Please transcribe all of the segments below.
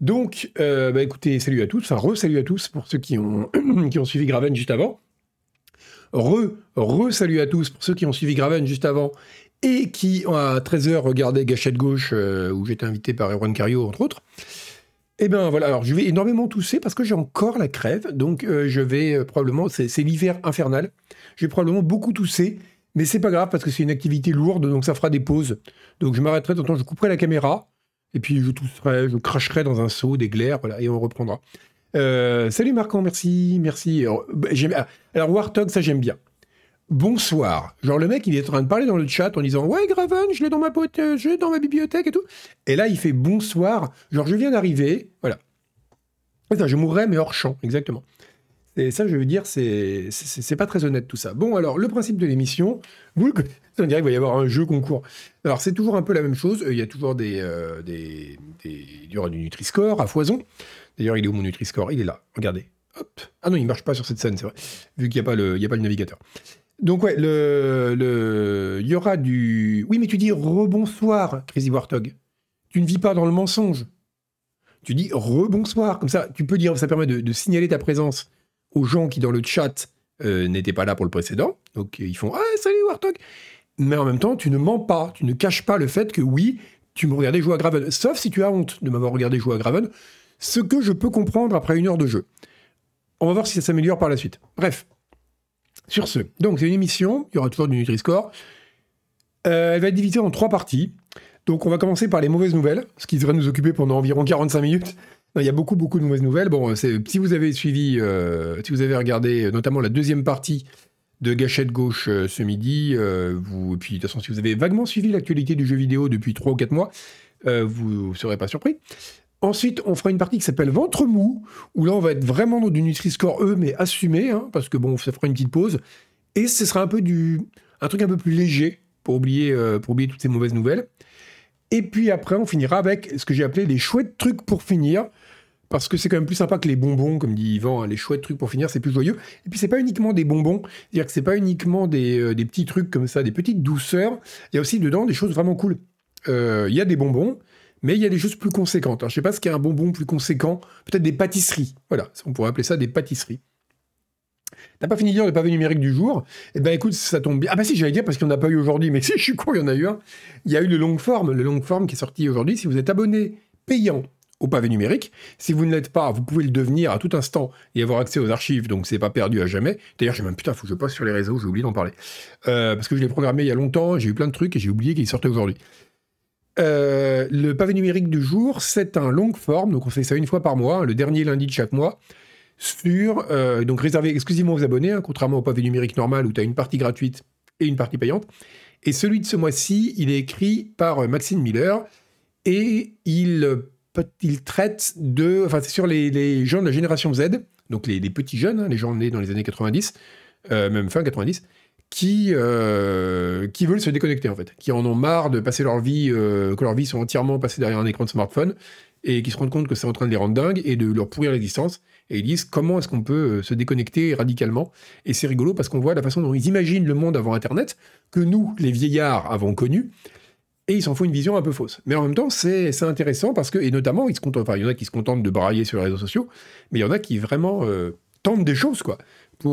Donc, écoutez, salut à tous, enfin re-salut à tous pour ceux qui ont, qui ont suivi Graven juste avant. Re-salut à tous pour ceux qui ont suivi Graven juste avant et qui, à 13h, regardaient Gâchette Gauche, où j'étais invité par Erwan Cario, entre autres. Et ben voilà, alors je vais énormément tousser parce que j'ai encore la crève, donc je vais probablement, c'est l'hiver infernal, je vais probablement beaucoup tousser, mais c'est pas grave parce que c'est une activité lourde, donc ça fera des pauses. Donc je m'arrêterai, de temps en temps, je couperai la caméra, et puis je tousserai, je cracherai dans un seau des glaires, voilà, et on reprendra. Salut Marcan, merci. Alors Warthog, ça j'aime bien. Bonsoir. Genre le mec, il est en train de parler dans le chat en disant « Ouais, Graven, je l'ai dans ma bibliothèque et tout. » Et là, il fait « Bonsoir. » Genre, je viens d'arriver. Voilà. Attends, je mourrais, mais hors champ, exactement. Et ça, je veux dire, c'est pas très honnête tout ça. Bon, alors, le principe de l'émission, vous le connaissez, on dirait qu'il va y avoir un jeu concours. Alors, c'est toujours un peu la même chose. Il y a toujours il y aura du Nutri-Score à foison. D'ailleurs, il est où mon Nutri-Score? Il est là. Regardez. Hop. Ah non, il marche pas sur cette scène, c'est vrai. Vu qu'il n'y a pas le navigateur. Donc ouais, il y aura du... Oui, mais tu dis rebonsoir, Crazy Warthog. Tu ne vis pas dans le mensonge. Tu dis rebonsoir. Comme ça, tu peux dire, ça permet de signaler ta présence aux gens qui, dans le chat, n'étaient pas là pour le précédent. Donc ils font « Ah, salut Warthog !» Mais en même temps, tu ne mens pas. Tu ne caches pas le fait que oui, tu me regardais jouer à Graven. Sauf si tu as honte de m'avoir regardé jouer à Graven. Ce que je peux comprendre après 1 heure de jeu. On va voir si ça s'améliore par la suite. Bref. Sur ce, donc c'est une émission, il y aura toujours du Nutri-Score. Elle va être divisée en 3 parties. Donc on va commencer par les mauvaises nouvelles, ce qui devrait nous occuper pendant environ 45 minutes. Non, il y a beaucoup de mauvaises nouvelles. Bon, si vous avez suivi, si vous avez regardé notamment la deuxième partie de Gâchette Gauche ce midi, et puis de toute façon si vous avez vaguement suivi l'actualité du jeu vidéo depuis 3 ou 4 mois, vous ne serez pas surpris. Ensuite, on fera une partie qui s'appelle Ventre mou, où là, on va être vraiment dans du Nutri-Score mais assumé, hein, parce que bon, ça fera une petite pause. Et ce sera un truc un peu plus léger, pour oublier toutes ces mauvaises nouvelles. Et puis après, on finira avec ce que j'ai appelé les chouettes trucs pour finir, parce que c'est quand même plus sympa que les bonbons, comme dit Yvan, hein, les chouettes trucs pour finir, c'est plus joyeux. Et puis, c'est pas uniquement des bonbons, c'est-à-dire que c'est pas uniquement des petits trucs comme ça, des petites douceurs, il y a aussi dedans des choses vraiment cool. Il y a des bonbons, mais il y a des choses plus conséquentes. Alors, je sais pas ce qu'est un bonbon plus conséquent. Peut-être des pâtisseries. Voilà, on pourrait appeler ça des pâtisseries. T'as pas fini de dire le pavé numérique du jour? Eh ben écoute, ça tombe bien. Ah bah si, j'allais dire parce qu'il n'y en a pas eu aujourd'hui, mais si, je suis con, il y en a eu un. Il y a eu le long form qui est sorti aujourd'hui. Si vous êtes abonné payant au pavé numérique, si vous ne l'êtes pas, vous pouvez le devenir à tout instant et avoir accès aux archives, donc c'est pas perdu à jamais. D'ailleurs, j'ai même, putain, faut que je passe sur les réseaux, j'ai oublié d'en parler. Parce que je l'ai programmé il y a longtemps, j'ai eu plein de trucs et j'ai oublié qu'il sortait aujourd'hui. Le pavé numérique du jour, c'est un long form, donc on fait ça 1 fois par mois, hein, le dernier lundi de chaque mois, donc réservé exclusivement aux abonnés, hein, contrairement au pavé numérique normal où tu as une partie gratuite et une partie payante. Et celui de ce mois-ci, il est écrit par Maxime Miller, et il traite c'est sur les gens de la génération Z, donc les petits jeunes, hein, les gens nés dans les années 90, même fin 90, qui veulent se déconnecter, en fait, qui en ont marre de passer leur vie, que leur vie soit entièrement passée derrière un écran de smartphone, et qui se rendent compte que c'est en train de les rendre dingues et de leur pourrir l'existence, et ils disent comment est-ce qu'on peut se déconnecter radicalement. Et c'est rigolo parce qu'on voit la façon dont ils imaginent le monde avant Internet, que nous, les vieillards, avons connu, et ils s'en font une vision un peu fausse. Mais en même temps, c'est intéressant parce que, et notamment, il y en a qui se contentent de brailler sur les réseaux sociaux, mais il y en a qui vraiment tentent des choses, quoi,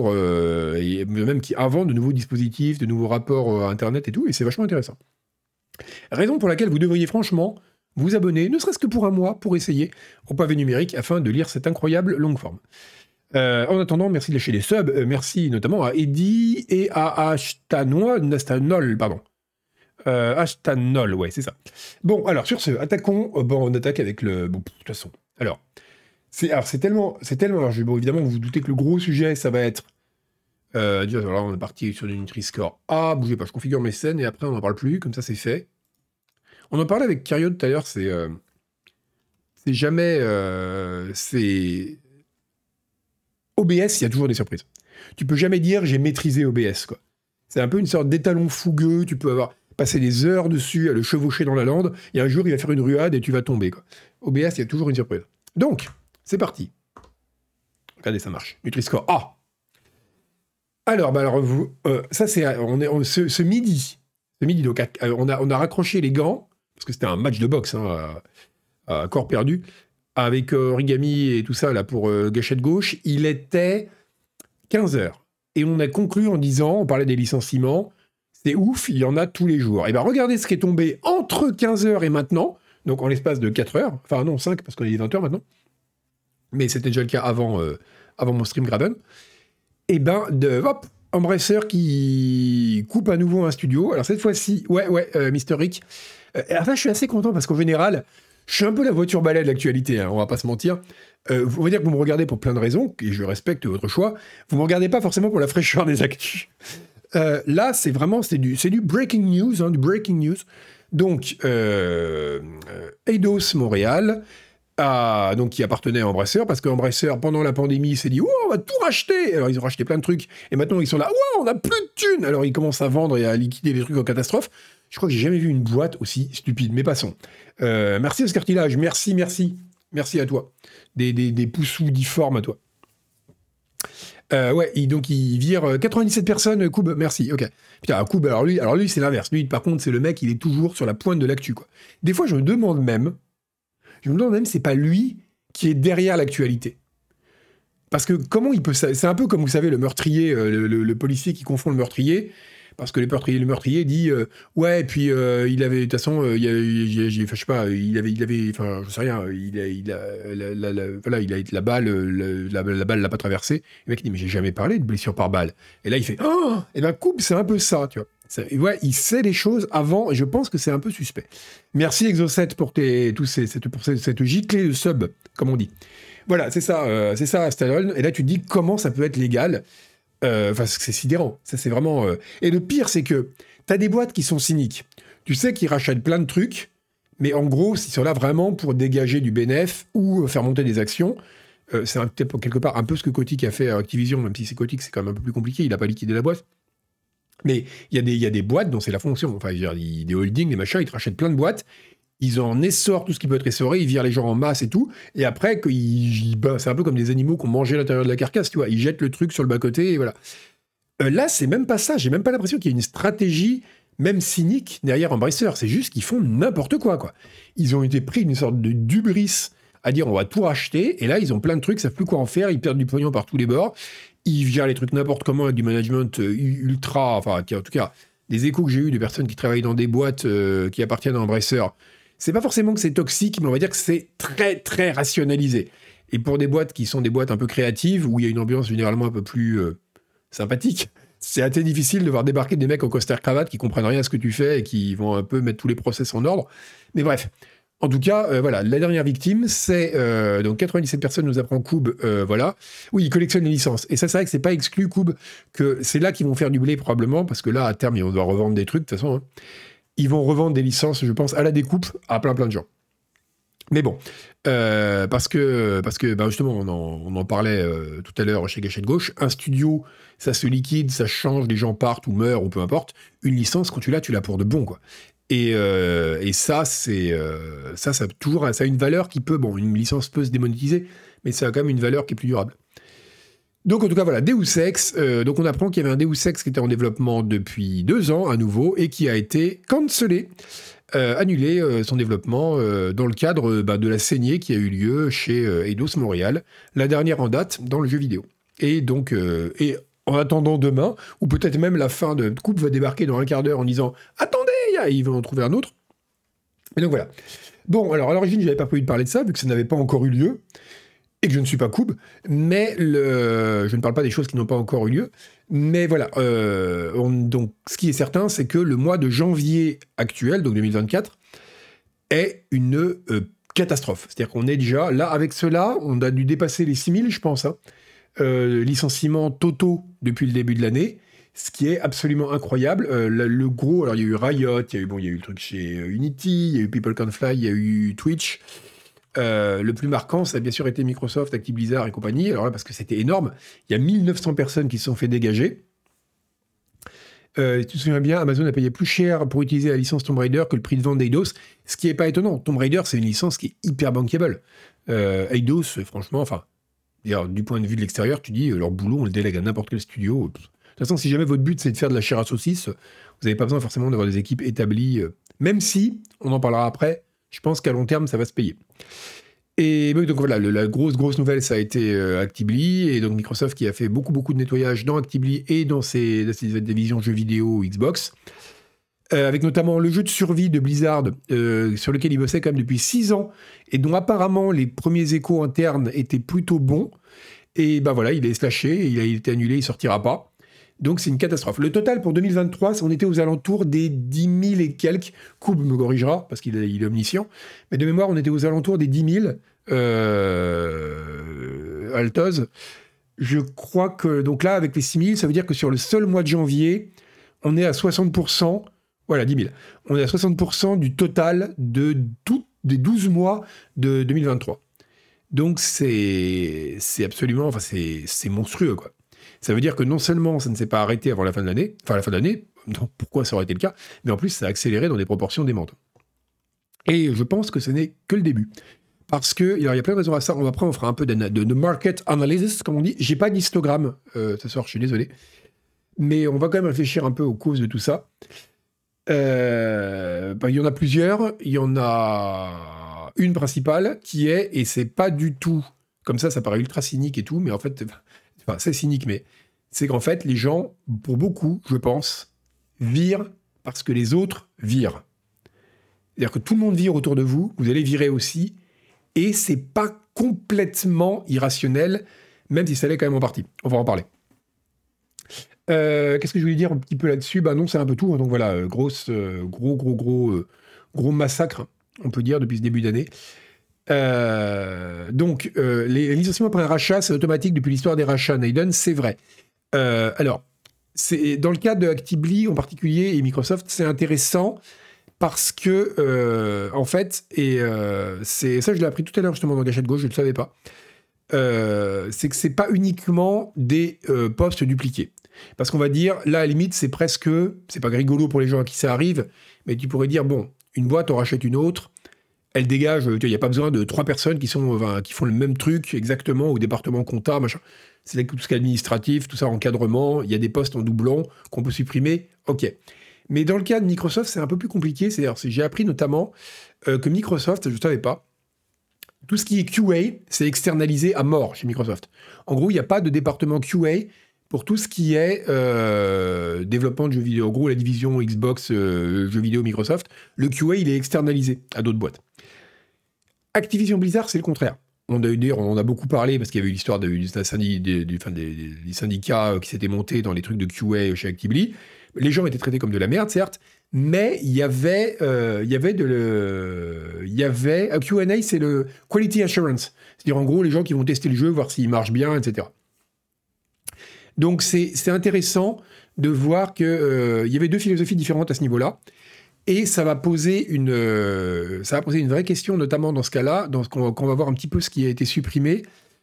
et même qui inventent de nouveaux dispositifs, de nouveaux rapports à Internet et tout, et c'est vachement intéressant. Raison pour laquelle vous devriez franchement vous abonner, ne serait-ce que pour 1 mois, pour essayer au pavé numérique, afin de lire cette incroyable longue forme. En attendant, merci de lâcher les subs, merci notamment à Eddy et à Ashtanol, pardon. Ashtanol, ouais, c'est ça. Bon, alors, sur ce, attaquons. On attaque avec le... Bon, de toute façon. Alors, c'est tellement... Alors, évidemment, vous vous doutez que le gros sujet, ça va être... alors, on est parti sur du Nutri-Score. Ah, bougez pas, je configure mes scènes, et après, on n'en parle plus, comme ça, c'est fait. On en parlait avec Cario tout à l'heure, c'est jamais... c'est... OBS, il y a toujours des surprises. Tu peux jamais dire « j'ai maîtrisé OBS », quoi. C'est un peu une sorte d'étalon fougueux, tu peux avoir passé des heures dessus à le chevaucher dans la lande, et un jour, il va faire une ruade et tu vas tomber, quoi. OBS, il y a toujours une surprise. Donc, c'est parti. Regardez, ça marche. Nutri-Score. Ah! Alors, ça, c'est... Ce midi, donc, on a raccroché les gants, parce que c'était un match de boxe, hein, à corps perdu, avec Origami et tout ça, là, pour Gâchette Gauche, il était 15 heures. Et on a conclu en disant, on parlait des licenciements, c'est ouf, il y en a tous les jours. Et bien, regardez ce qui est tombé entre 15 heures et maintenant, donc en l'espace de 4 heures, enfin non, 5, parce qu'on est 20 heures maintenant, mais c'était déjà le cas avant mon stream Graben. Et ben, hop, Embracer qui coupe à nouveau un studio. Alors cette fois-ci, Mister Rick. Alors là, je suis assez content parce qu'en général, je suis un peu la voiture balai de l'actualité, hein, on va pas se mentir. On va dire que vous me regardez pour plein de raisons, et je respecte votre choix. Vous me regardez pas forcément pour la fraîcheur des actus. Là, c'est du breaking news, hein, du breaking news. Donc, Eidos Montréal, donc qui appartenait à Embracer, parce qu'Embracer, pendant la pandémie, s'est dit « Oh, on va tout racheter !» Alors, ils ont racheté plein de trucs, et maintenant, ils sont là « Oh, on n'a plus de thunes !» Alors, ils commencent à vendre et à liquider des trucs en catastrophe. Je crois que j'ai jamais vu une boîte aussi stupide, mais passons. Merci Oscar Tillage, merci à toi. Des poussous difformes à toi. Donc il vire 97 personnes, Koub, merci, ok. Putain, Koub, alors lui c'est l'inverse. Lui, par contre, c'est le mec, il est toujours sur la pointe de l'actu, quoi. Des fois, je me demande même, c'est pas lui qui est derrière l'actualité. Parce que comment il peut... C'est un peu comme, vous savez, le meurtrier, le policier qui confond le meurtrier, parce que le meurtrier dit ouais, et puis il avait, de toute façon, je sais pas, il avait, enfin, je sais rien, la balle l'a pas traversé. Le mec dit mais j'ai jamais parlé de blessure par balle. Et là il fait oh, et ben Coupe, c'est un peu ça, tu vois. Il sait les choses avant, et je pense que c'est un peu suspect. Merci Exocet pour cette giclée de sub, comme on dit. Voilà, c'est ça, Stallone. Et là tu te dis comment ça peut être légal. Enfin, c'est sidérant. Ça, c'est vraiment... Et le pire, c'est que t'as des boîtes qui sont cyniques. Tu sais qu'ils rachètent plein de trucs, mais en gros, ils sont là vraiment pour dégager du bénéf ou faire monter des actions. C'est peut-être quelque part un peu ce que Kotick a fait à Activision, même si c'est Kotick, c'est quand même un peu plus compliqué, il n'a pas liquidé la boîte. Mais il y a des boîtes dont c'est la fonction. Enfin, je veux dire, des holdings, des machins, ils te rachètent plein de boîtes, ils en essorent tout ce qui peut être essoré, ils virent les gens en masse et tout, et après, c'est un peu comme des animaux qui ont mangé à l'intérieur de la carcasse, tu vois, ils jettent le truc sur le bas-côté, et voilà. Là, c'est même pas ça, j'ai même pas l'impression qu'il y ait une stratégie, même cynique, derrière Embracer, c'est juste qu'ils font n'importe quoi. Ils ont été pris d'une sorte de hubris à dire on va tout racheter, et là, ils ont plein de trucs, ils savent plus quoi en faire, ils perdent du pognon par tous les bords, ils gèrent les trucs n'importe comment avec du management ultra, enfin, en tout cas, des échos que j'ai eu de personnes qui travaillent dans des boîtes qui appartiennent à Embracer. C'est pas forcément que c'est toxique, mais on va dire que c'est très, très rationalisé. Et pour des boîtes qui sont des boîtes un peu créatives, où il y a une ambiance généralement un peu plus sympathique, c'est assez difficile de voir débarquer des mecs en costard-cravate qui comprennent rien à ce que tu fais et qui vont un peu mettre tous les process en ordre. Mais bref, en tout cas, voilà, la dernière victime, c'est... donc 97 personnes, nous apprend Koub, voilà. Oui, ils collectionnent les licences. Et ça, c'est vrai que c'est pas exclu, Koub, que c'est là qu'ils vont faire du blé, probablement, parce que là, à terme, ils vont devoir revendre des trucs, de toute façon, hein. Ils vont revendre des licences, je pense, à la découpe à plein de gens. Mais bon, parce que justement, on en parlait tout à l'heure chez Gâchette Gauche, un studio, ça se liquide, ça change, les gens partent ou meurent ou peu importe. Une licence, quand tu l'as pour de bon, quoi. Et ça, ça a une valeur qui peut, bon, une licence peut se démonétiser, mais ça a quand même une valeur qui est plus durable. Donc en tout cas voilà, Deus Ex, donc on apprend qu'il y avait un Deus Ex qui était en développement depuis 2 ans à nouveau et qui a été cancellé, annulé son développement dans le cadre de la saignée qui a eu lieu chez Eidos Montréal, la dernière en date dans le jeu vidéo. Et donc, en attendant demain, ou peut-être même la fin de Coupe va débarquer dans un quart d'heure en disant « Attendez !» et ils vont en trouver un autre. Et donc voilà. Bon, alors à l'origine, je n'avais pas prévu de parler de ça, vu que ça n'avait pas encore eu lieu, et que je ne suis pas Koub, mais je ne parle pas des choses qui n'ont pas encore eu lieu. Mais voilà, donc ce qui est certain, c'est que le mois de janvier actuel, donc 2024, est une catastrophe. C'est-à-dire qu'on est déjà, là, avec cela, on a dû dépasser les 6000, je pense, hein, licenciements totaux depuis le début de l'année, ce qui est absolument incroyable. Le gros, alors il y a eu Riot, il y a eu le truc chez Unity, il y a eu People Can Fly, il y a eu Twitch. Le plus marquant, ça a bien sûr été Microsoft, Activision Blizzard et compagnie, alors là, parce que c'était énorme. Il y a 1900 personnes qui se sont fait dégager. Si tu te souviens bien, Amazon a payé plus cher pour utiliser la licence Tomb Raider que le prix de vente d'Eidos, ce qui n'est pas étonnant. Tomb Raider, c'est une licence qui est hyper bankable. Eidos, franchement, enfin, du point de vue de l'extérieur, tu dis, leur boulot, on le délègue à n'importe quel studio. De toute façon, si jamais votre but, c'est de faire de la chair à saucisse, vous n'avez pas besoin forcément d'avoir des équipes établies, même si, on en parlera après, je pense qu'à long terme, ça va se payer. Et donc voilà, la grosse nouvelle, ça a été Actibli, et donc Microsoft qui a fait beaucoup de nettoyage dans Actibli et dans ses divisions jeux vidéo Xbox, avec notamment le jeu de survie de Blizzard, sur lequel il bossait quand même depuis 6 ans, et dont apparemment les premiers échos internes étaient plutôt bons. Et ben voilà, il est slashé, il a été annulé, il sortira pas. Donc c'est une catastrophe. Le total pour 2023, on était aux alentours des 10 000 et quelques. Koub me corrigera, parce qu'il est omniscient. Mais de mémoire, on était aux alentours des 10 000. Altos. Je crois que, donc là, avec les 6 000, ça veut dire que sur le seul mois de janvier, on est à 60%. Voilà, 10 000. On est à 60% du total des 12 mois de 2023. Donc c'est absolument, enfin c'est monstrueux, quoi. Ça veut dire que non seulement ça ne s'est pas arrêté avant la fin de l'année, donc pourquoi ça aurait été le cas, mais en plus ça a accéléré dans des proportions démentes. Et je pense que ce n'est que le début. Parce que, alors il y a plein de raisons à ça, après on fera un peu de market analysis, comme on dit. J'ai pas d'histogramme ce soir, je suis désolé. Mais on va quand même réfléchir un peu aux causes de tout ça. Il y en a plusieurs, il y en a une principale qui est, et c'est pas du tout, comme ça paraît ultra cynique et tout, mais en fait, enfin, c'est cynique, mais c'est qu'en fait, les gens, pour beaucoup, je pense, virent parce que les autres virent. C'est-à-dire que tout le monde vire autour de vous, vous allez virer aussi, et c'est pas complètement irrationnel, même si ça l'est quand même en partie. On va en parler. Qu'est-ce que je voulais dire un petit peu là-dessus ? Non, c'est un peu tout. Donc voilà, gros massacre, on peut dire, depuis ce début d'année. Les licenciements après un rachat, c'est automatique depuis l'histoire des rachats, Naiden, c'est vrai. Alors, dans le cas de Actibli en particulier et Microsoft, c'est intéressant parce que, en fait, c'est ça, je l'ai appris tout à l'heure justement dans Gâchette Gauche, je ne le savais pas, c'est que c'est pas uniquement des postes dupliqués. Parce qu'on va dire, là, à la limite, c'est pas rigolo pour les gens à qui ça arrive, mais tu pourrais dire, bon, une boîte en rachète une autre, elle dégage, il n'y a pas besoin de 3 personnes qui font le même truc exactement au département compta, machin. C'est tout ce qui est administratif, tout ça, encadrement, il y a des postes en doublon qu'on peut supprimer, ok. Mais dans le cas de Microsoft, c'est un peu plus compliqué, j'ai appris notamment que Microsoft, je ne savais pas, tout ce qui est QA, c'est externalisé à mort chez Microsoft. En gros, il n'y a pas de département QA pour tout ce qui est développement de jeux vidéo. En gros, la division Xbox jeux vidéo Microsoft, le QA, il est externalisé à d'autres boîtes. Activision Blizzard, c'est le contraire. On en a beaucoup parlé parce qu'il y avait eu l'histoire des syndicats qui s'étaient montés dans les trucs de QA chez Actibli. Les gens étaient traités comme de la merde, certes, mais il y avait Q&A, c'est le Quality Assurance. C'est-à-dire, en gros, les gens qui vont tester le jeu, voir s'il marche bien, etc. Donc, c'est intéressant de voir qu'il y avait 2 philosophies différentes à ce niveau-là. Et ça va poser une vraie question, notamment dans ce cas-là, quand on va voir un petit peu ce qui a été supprimé.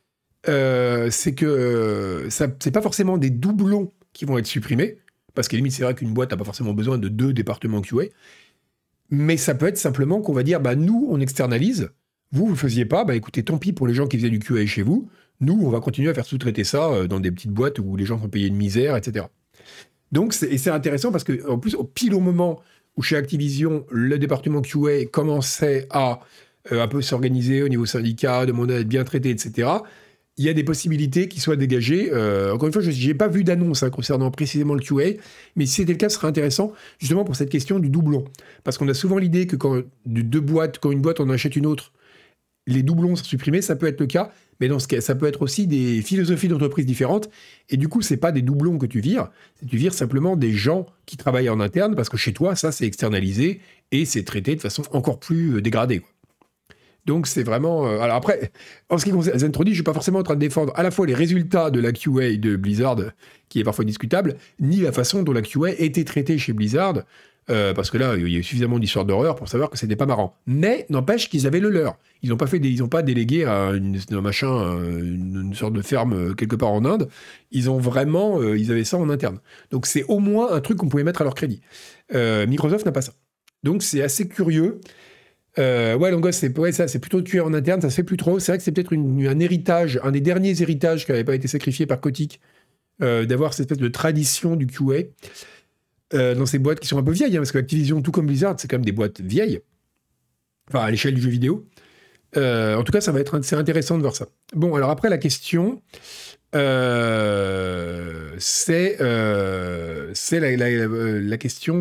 C'est que c'est pas forcément des doublons qui vont être supprimés, parce qu'à la limite, c'est vrai qu'une boîte n'a pas forcément besoin de 2 départements QA, mais ça peut être simplement qu'on va dire, nous, on externalise, vous le faisiez pas, écoutez, tant pis pour les gens qui faisaient du QA chez vous, nous, on va continuer à faire sous-traiter ça dans des petites boîtes où les gens sont payés une misère, etc. Donc, c'est intéressant parce que, en plus, pile au moment où chez Activision, le département QA commençait à un peu s'organiser au niveau syndicat, demander à être bien traité, etc., il y a des possibilités qui soient dégagées. Encore une fois, je n'ai pas vu d'annonce concernant précisément le QA, mais si c'était le cas, ce serait intéressant, justement pour cette question du doublon. Parce qu'on a souvent l'idée que quand une boîte en achète une autre, les doublons sont supprimés, ça peut être le cas, mais dans ce cas, ça peut être aussi des philosophies d'entreprise différentes, et du coup, c'est pas des doublons que tu vires, tu vires simplement des gens qui travaillent en interne, parce que chez toi, ça, c'est externalisé, et c'est traité de façon encore plus dégradée, quoi. Donc, c'est vraiment... alors après, en ce qui concerne Zentradi, je ne suis pas forcément en train de défendre à la fois les résultats de la QA de Blizzard, qui est parfois discutable, ni la façon dont la QA était traitée chez Blizzard, parce que là, il y a suffisamment d'histoires d'horreur pour savoir que c'était pas marrant. Mais n'empêche qu'ils avaient le leur. Ils n'ont pas délégué à une sorte de ferme quelque part en Inde. Ils ont vraiment... ils avaient ça en interne. Donc, c'est au moins un truc qu'on pouvait mettre à leur crédit. Microsoft n'a pas ça. Donc, c'est assez curieux. Donc c'est plutôt de QA en interne, ça se fait plus trop. C'est vrai que c'est peut-être un héritage, un des derniers héritages qui n'avait pas été sacrifié par Kotick, d'avoir cette espèce de tradition du QA dans ces boîtes qui sont un peu vieilles, parce que Activision, tout comme Blizzard, c'est quand même des boîtes vieilles, enfin à l'échelle du jeu vidéo. En tout cas, c'est intéressant de voir ça. Bon, alors après, la question, c'est la question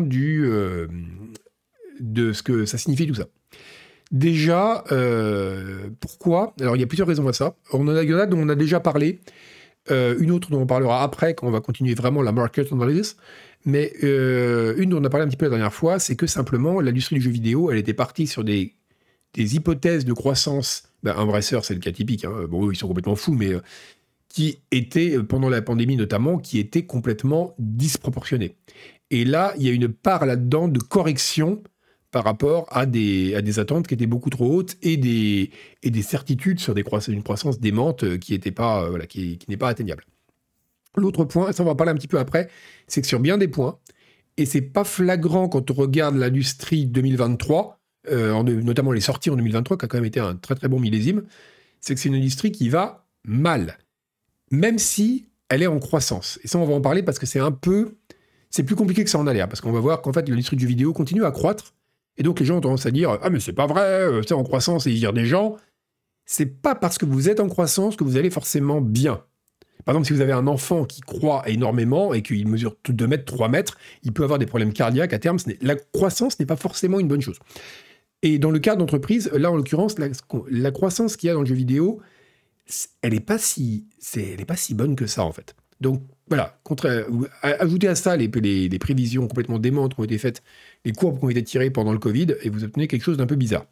de ce que ça signifie tout ça. Déjà, pourquoi? Alors, il y a plusieurs raisons à ça. Il y en a dont on a déjà parlé. Une autre dont on parlera après, quand on va continuer vraiment la market analysis. Mais une dont on a parlé un petit peu la dernière fois, c'est que simplement, l'industrie du jeu vidéo, elle était partie sur des hypothèses de croissance. Un brasseur, c'est le cas typique. Hein. Bon, eux, ils sont complètement fous, mais qui étaient, pendant la pandémie notamment, qui étaient complètement disproportionnées. Et là, il y a une part là-dedans de correction par rapport à des attentes qui étaient beaucoup trop hautes et des certitudes sur une croissance démente qui n'est pas atteignable. L'autre point, ça on va en parler un petit peu après, c'est que sur bien des points, et c'est pas flagrant quand on regarde l'industrie 2023, notamment les sorties en 2023, qui a quand même été un très très bon millésime, c'est que c'est une industrie qui va mal, même si elle est en croissance. Et ça, on va en parler parce que c'est plus compliqué que ça en a l'air, parce qu'on va voir qu'en fait, l'industrie du jeu vidéo continue à croître, et donc les gens ont tendance à dire « Ah mais c'est pas vrai, c'est en croissance » et ils virent des gens. C'est pas parce que vous êtes en croissance que vous allez forcément bien. Par exemple, si vous avez un enfant qui croît énormément et qu'il mesure 2 mètres, 3 mètres, il peut avoir des problèmes cardiaques à terme. La croissance n'est pas forcément une bonne chose. Et dans le cas d'entreprise, là en l'occurrence, la croissance qu'il y a dans le jeu vidéo, elle n'est pas si bonne que ça en fait. Donc voilà, ajoutez à ça les prévisions complètement démentes qui ont été faites, les courbes qui ont été tirées pendant le Covid, et vous obtenez quelque chose d'un peu bizarre.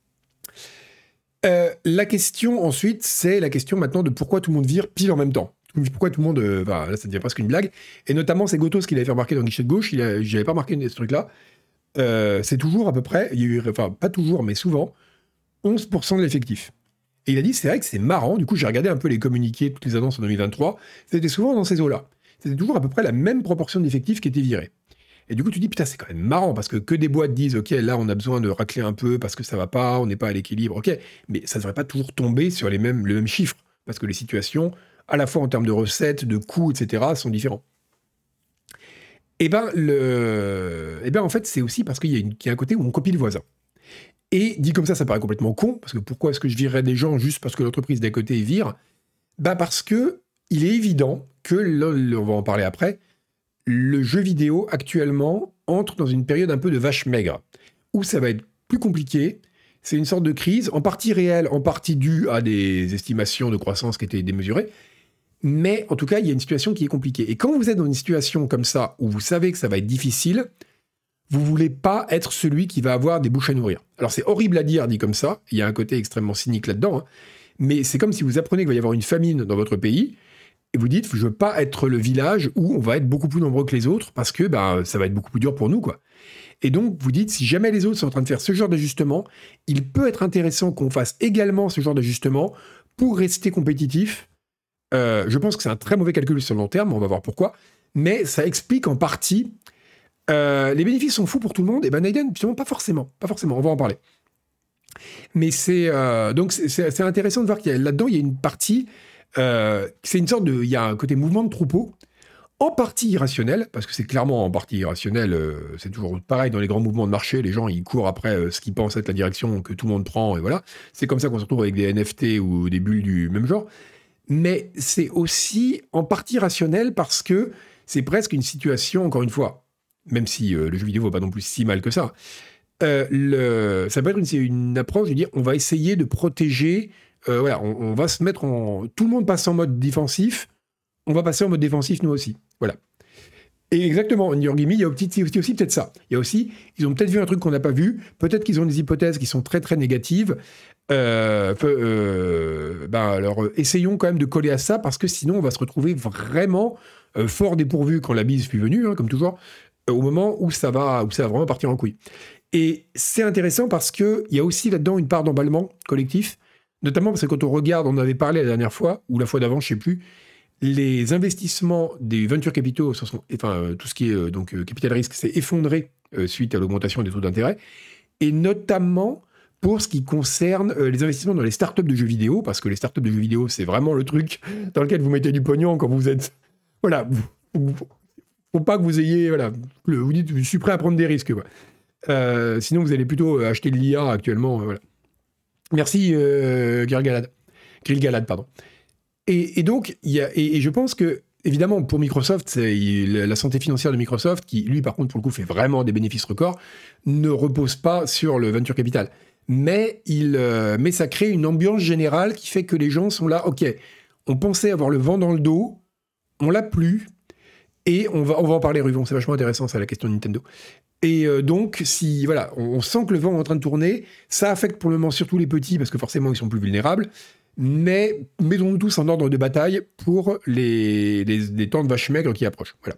La question ensuite, c'est la question maintenant de pourquoi tout le monde vire pile en même temps. Pourquoi tout le monde... là, ça devient presque une blague. Et notamment, c'est Gotos qui l'avait fait remarquer dans Guichet de Gauche. J'avais pas remarqué ce truc-là. C'est toujours à peu près, pas toujours, mais souvent, 11% de l'effectif. Et il a dit, c'est vrai que c'est marrant. Du coup, j'ai regardé un peu les communiqués, toutes les annonces en 2023. C'était souvent dans ces eaux-là. C'était toujours à peu près la même proportion d'effectifs qui était virée. Et du coup, tu dis, putain, c'est quand même marrant, parce que des boîtes disent, OK, là, on a besoin de racler un peu parce que ça va pas, on n'est pas à l'équilibre, OK. Mais ça ne devrait pas toujours tomber sur le même chiffre, parce que les situations, à la fois en termes de recettes, de coûts, etc., sont différents. En fait, c'est aussi parce qu'il y a un côté où on copie le voisin. Et dit comme ça paraît complètement con, parce que pourquoi est-ce que je virerais des gens juste parce que l'entreprise d'à côté vire? Parce que il est évident que, on va en parler après, le jeu vidéo, actuellement, entre dans une période un peu de vache maigre, où ça va être plus compliqué. C'est une sorte de crise, en partie réelle, en partie due à des estimations de croissance qui étaient démesurées. Mais en tout cas, il y a une situation qui est compliquée. Et quand vous êtes dans une situation comme ça, où vous savez que ça va être difficile, vous ne voulez pas être celui qui va avoir des bouches à nourrir. Alors c'est horrible à dire, dit comme ça, il y a un côté extrêmement cynique là-dedans, hein. Mais c'est comme si vous apprenez qu'il va y avoir une famine dans votre pays, et vous dites, je veux pas être le village où on va être beaucoup plus nombreux que les autres, parce que ça va être beaucoup plus dur pour nous, quoi. Et donc, vous dites, si jamais les autres sont en train de faire ce genre d'ajustement, il peut être intéressant qu'on fasse également ce genre d'ajustement pour rester compétitif. Je pense que c'est un très mauvais calcul sur le long terme, on va voir pourquoi, mais ça explique en partie... les bénéfices sont fous pour tout le monde, et Naiden, justement, pas forcément, on va en parler. Mais donc c'est intéressant de voir qu'il y a là-dedans, il y a une partie... c'est une sorte de... Il y a un côté mouvement de troupeau, en partie irrationnel, parce que c'est clairement en partie irrationnel, c'est toujours pareil dans les grands mouvements de marché, les gens ils courent après ce qu'ils pensent être la direction que tout le monde prend, et voilà. C'est comme ça qu'on se retrouve avec des NFT ou des bulles du même genre. Mais c'est aussi en partie rationnel parce que c'est presque une situation, encore une fois, même si le jeu vidéo ne va pas non plus si mal que ça, ça peut être une approche de dire on va essayer de protéger... voilà, on va se mettre en... Tout le monde passe en mode défensif, on va passer en mode défensif nous aussi. Voilà. Et exactement, en Yorgimi, il y a aussi peut-être ça. Il y a aussi, ils ont peut-être vu un truc qu'on n'a pas vu, peut-être qu'ils ont des hypothèses qui sont très très négatives. Alors essayons quand même de coller à ça, parce que sinon on va se retrouver vraiment fort dépourvu quand la bise fut venue, hein, comme toujours, au moment où ça va vraiment partir en couille. Et c'est intéressant parce qu'il y a aussi là-dedans une part d'emballement collectif, notamment parce que quand on regarde, on en avait parlé la dernière fois, ou la fois d'avant, je ne sais plus, les investissements des venture capitaux, tout ce qui est capital risque, s'est effondré suite à l'augmentation des taux d'intérêt, et notamment pour ce qui concerne les investissements dans les startups de jeux vidéo, parce que les startups de jeux vidéo, c'est vraiment le truc dans lequel vous mettez du pognon quand vous êtes... Voilà, faut pas que vous ayez... Voilà, vous dites, je suis prêt à prendre des risques, quoi. Sinon, vous allez plutôt acheter de l'IA actuellement, voilà. Merci, Grilgalad, pardon. Et donc, et je pense que, évidemment, pour Microsoft, la santé financière de Microsoft, qui, lui, par contre, pour le coup, fait vraiment des bénéfices records, ne repose pas sur le venture capital. Mais ça crée une ambiance générale qui fait que les gens sont là, ok, on pensait avoir le vent dans le dos, on l'a plus, et on va en parler, Ruvon, c'est vachement intéressant, ça, la question de Nintendo. Et donc, si voilà, on sent que le vent est en train de tourner, ça affecte pour le moment surtout les petits, parce que forcément, ils sont plus vulnérables, mais mettons-nous tous en ordre de bataille pour les temps de vache maigre qui approchent. Voilà.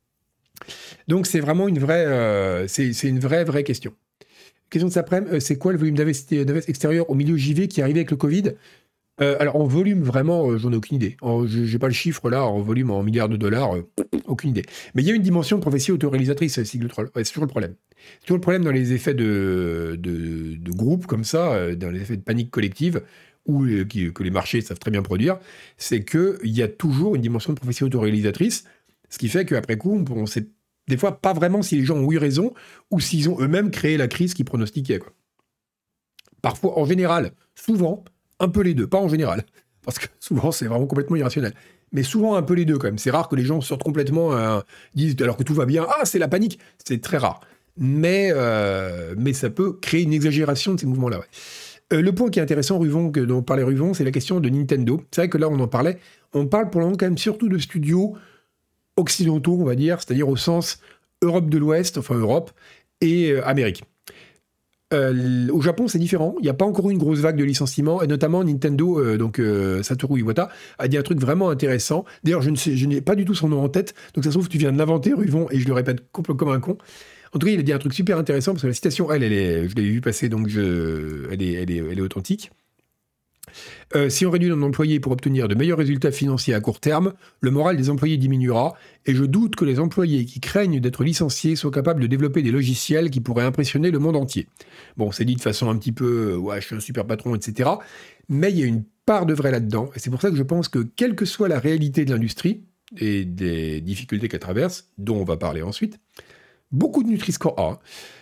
Donc, c'est vraiment une vraie, c'est une vraie question. Question de Saprem, c'est quoi le volume d'invest extérieur au milieu JV qui est arrivé avec le Covid? Alors, en volume, vraiment, j'en ai aucune idée. J'ai pas le chiffre là, en volume, en milliards de dollars, aucune idée. Mais il y a une dimension de prophétie autoréalisatrice, Sigle Troll. Ouais, c'est toujours le problème. C'est toujours le problème dans les effets de groupe comme ça, dans les effets de panique collective, que les marchés savent très bien produire, c'est qu'il y a toujours une dimension de prophétie autoréalisatrice, ce qui fait qu'après coup, on sait des fois pas vraiment si les gens ont eu raison ou s'ils ont eux-mêmes créé la crise qu'ils pronostiquaient, quoi. Parfois, en général, souvent, un peu les deux, pas en général, parce que souvent c'est vraiment complètement irrationnel. Mais souvent un peu les deux quand même. C'est rare que les gens sortent complètement, disent alors que tout va bien, ah c'est la panique, c'est très rare. Mais ça peut créer une exagération de ces mouvements-là. Ouais. Le point qui est intéressant, Ruvon, dont parlait Ruvon, c'est la question de Nintendo. C'est vrai que là on en parlait. On parle pour le moment quand même surtout de studios occidentaux, on va dire, c'est-à-dire au sens Europe de l'Ouest, enfin Europe, et Amérique. Au Japon, c'est différent. Il n'y a pas encore eu une grosse vague de licenciements, et notamment Nintendo, Satoru Iwata, a dit un truc vraiment intéressant. D'ailleurs, je n'ai pas du tout son nom en tête, donc ça se trouve, tu viens de l'inventer, Ruvon, et je le répète comme un con. En tout cas, il a dit un truc super intéressant, parce que la citation, je l'ai vu passer, donc elle est authentique. Si on réduit le nombre d'employés pour obtenir de meilleurs résultats financiers à court terme, le moral des employés diminuera, et je doute que les employés qui craignent d'être licenciés soient capables de développer des logiciels qui pourraient impressionner le monde entier. Bon, c'est dit de façon un petit peu, ouais, je suis un super patron, etc. Mais il y a une part de vrai là-dedans, et c'est pour ça que je pense que quelle que soit la réalité de l'industrie, et des difficultés qu'elle traverse, dont on va parler ensuite, beaucoup de Nutri-Score A,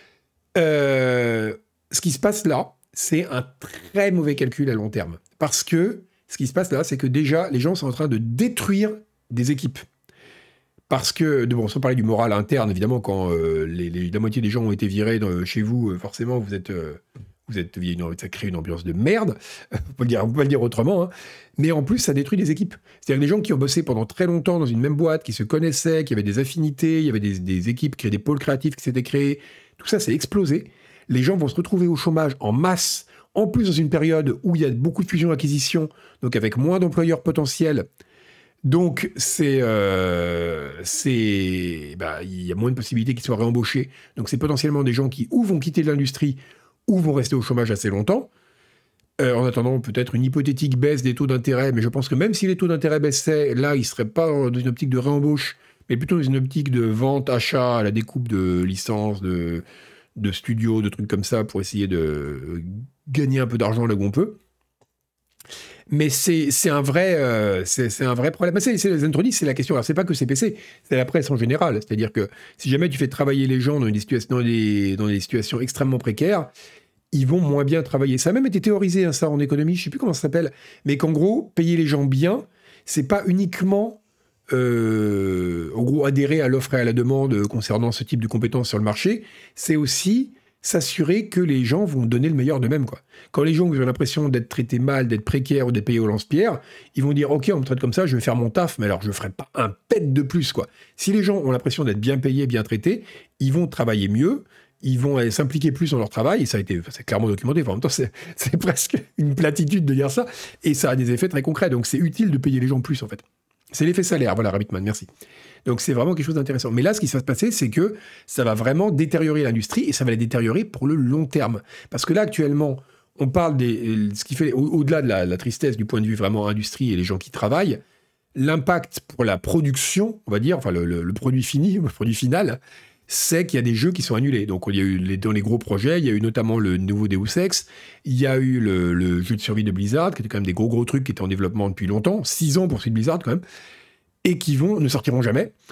ce qui se passe là, c'est un très mauvais calcul à long terme. Parce que ce qui se passe là, c'est que déjà, les gens sont en train de détruire des équipes. Parce que, bon, sans parler du moral interne, évidemment, quand la moitié des gens ont été virés chez vous, forcément, ça crée une ambiance de merde. On peut pas le dire autrement. Hein. Mais en plus, ça détruit des équipes. C'est-à-dire des gens qui ont bossé pendant très longtemps dans une même boîte, qui se connaissaient, qui avaient des affinités, il y avait des équipes, des pôles créatifs qui s'étaient créés. Tout ça, c'est explosé. Les gens vont se retrouver au chômage en masse, en plus dans une période où il y a beaucoup de fusions-acquisitions, donc avec moins d'employeurs potentiels. Donc, il y a moins de possibilités qu'ils soient réembauchés. Donc, c'est potentiellement des gens qui ou vont quitter l'industrie ou vont rester au chômage assez longtemps. En attendant peut-être une hypothétique baisse des taux d'intérêt, mais je pense que même si les taux d'intérêt baissaient, là, ils ne seraient pas dans une optique de réembauche, mais plutôt dans une optique de vente, achat, à la découpe de licences, de studios, de trucs comme ça, pour essayer de gagner un peu d'argent là où on peut. Mais c'est un vrai problème. Les introduits, c'est la question. Alors, c'est pas que CPC, c'est la presse en général. C'est-à-dire que si jamais tu fais travailler les gens dans des situations extrêmement précaires, ils vont moins bien travailler. Ça a même été théorisé, hein, ça, en économie, je sais plus comment ça s'appelle, mais qu'en gros, payer les gens bien, c'est pas uniquement en gros, adhérer à l'offre et à la demande concernant ce type de compétences sur le marché, c'est aussi s'assurer que les gens vont donner le meilleur d'eux-mêmes, quoi. Quand les gens ont l'impression d'être traités mal, d'être précaires ou d'être payés au lance-pierre, ils vont dire « Ok, on me traite comme ça, je vais faire mon taf, mais alors je ne ferai pas un pet de plus, quoi. » Si les gens ont l'impression d'être bien payés, bien traités, ils vont travailler mieux, ils vont s'impliquer plus dans leur travail, et c'est clairement documenté. Enfin, en même temps, c'est presque une platitude de dire ça, et ça a des effets très concrets. Donc c'est utile de payer les gens plus, en fait. C'est l'effet salaire, voilà, Rabbitman, merci. Donc c'est vraiment quelque chose d'intéressant. Mais là, ce qui va se passer, c'est que ça va vraiment détériorer l'industrie, et ça va la détériorer pour le long terme. Parce que là, actuellement, on parle ce qui fait, au-delà de la tristesse du point de vue vraiment industrie et les gens qui travaillent, l'impact pour la production, on va dire, enfin le produit fini, le produit final, c'est qu'il y a des jeux qui sont annulés. Donc il y a eu dans les gros projets, il y a eu notamment le nouveau Deus Ex, il y a eu le jeu de survie de Blizzard, qui était quand même des gros trucs qui étaient en développement depuis longtemps, 6 ans pour celui de Blizzard quand même, et qui ne sortiront jamais.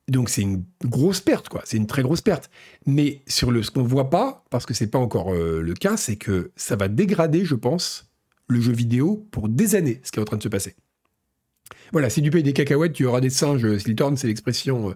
Donc c'est une grosse perte, quoi. C'est une très grosse perte. Mais sur ce qu'on voit pas, parce que c'est pas encore le cas, c'est que ça va dégrader, je pense, le jeu vidéo pour des années, ce qui est en train de se passer. Voilà, si tu payes des cacahuètes, tu auras des singes. Slithorn, c'est l'expression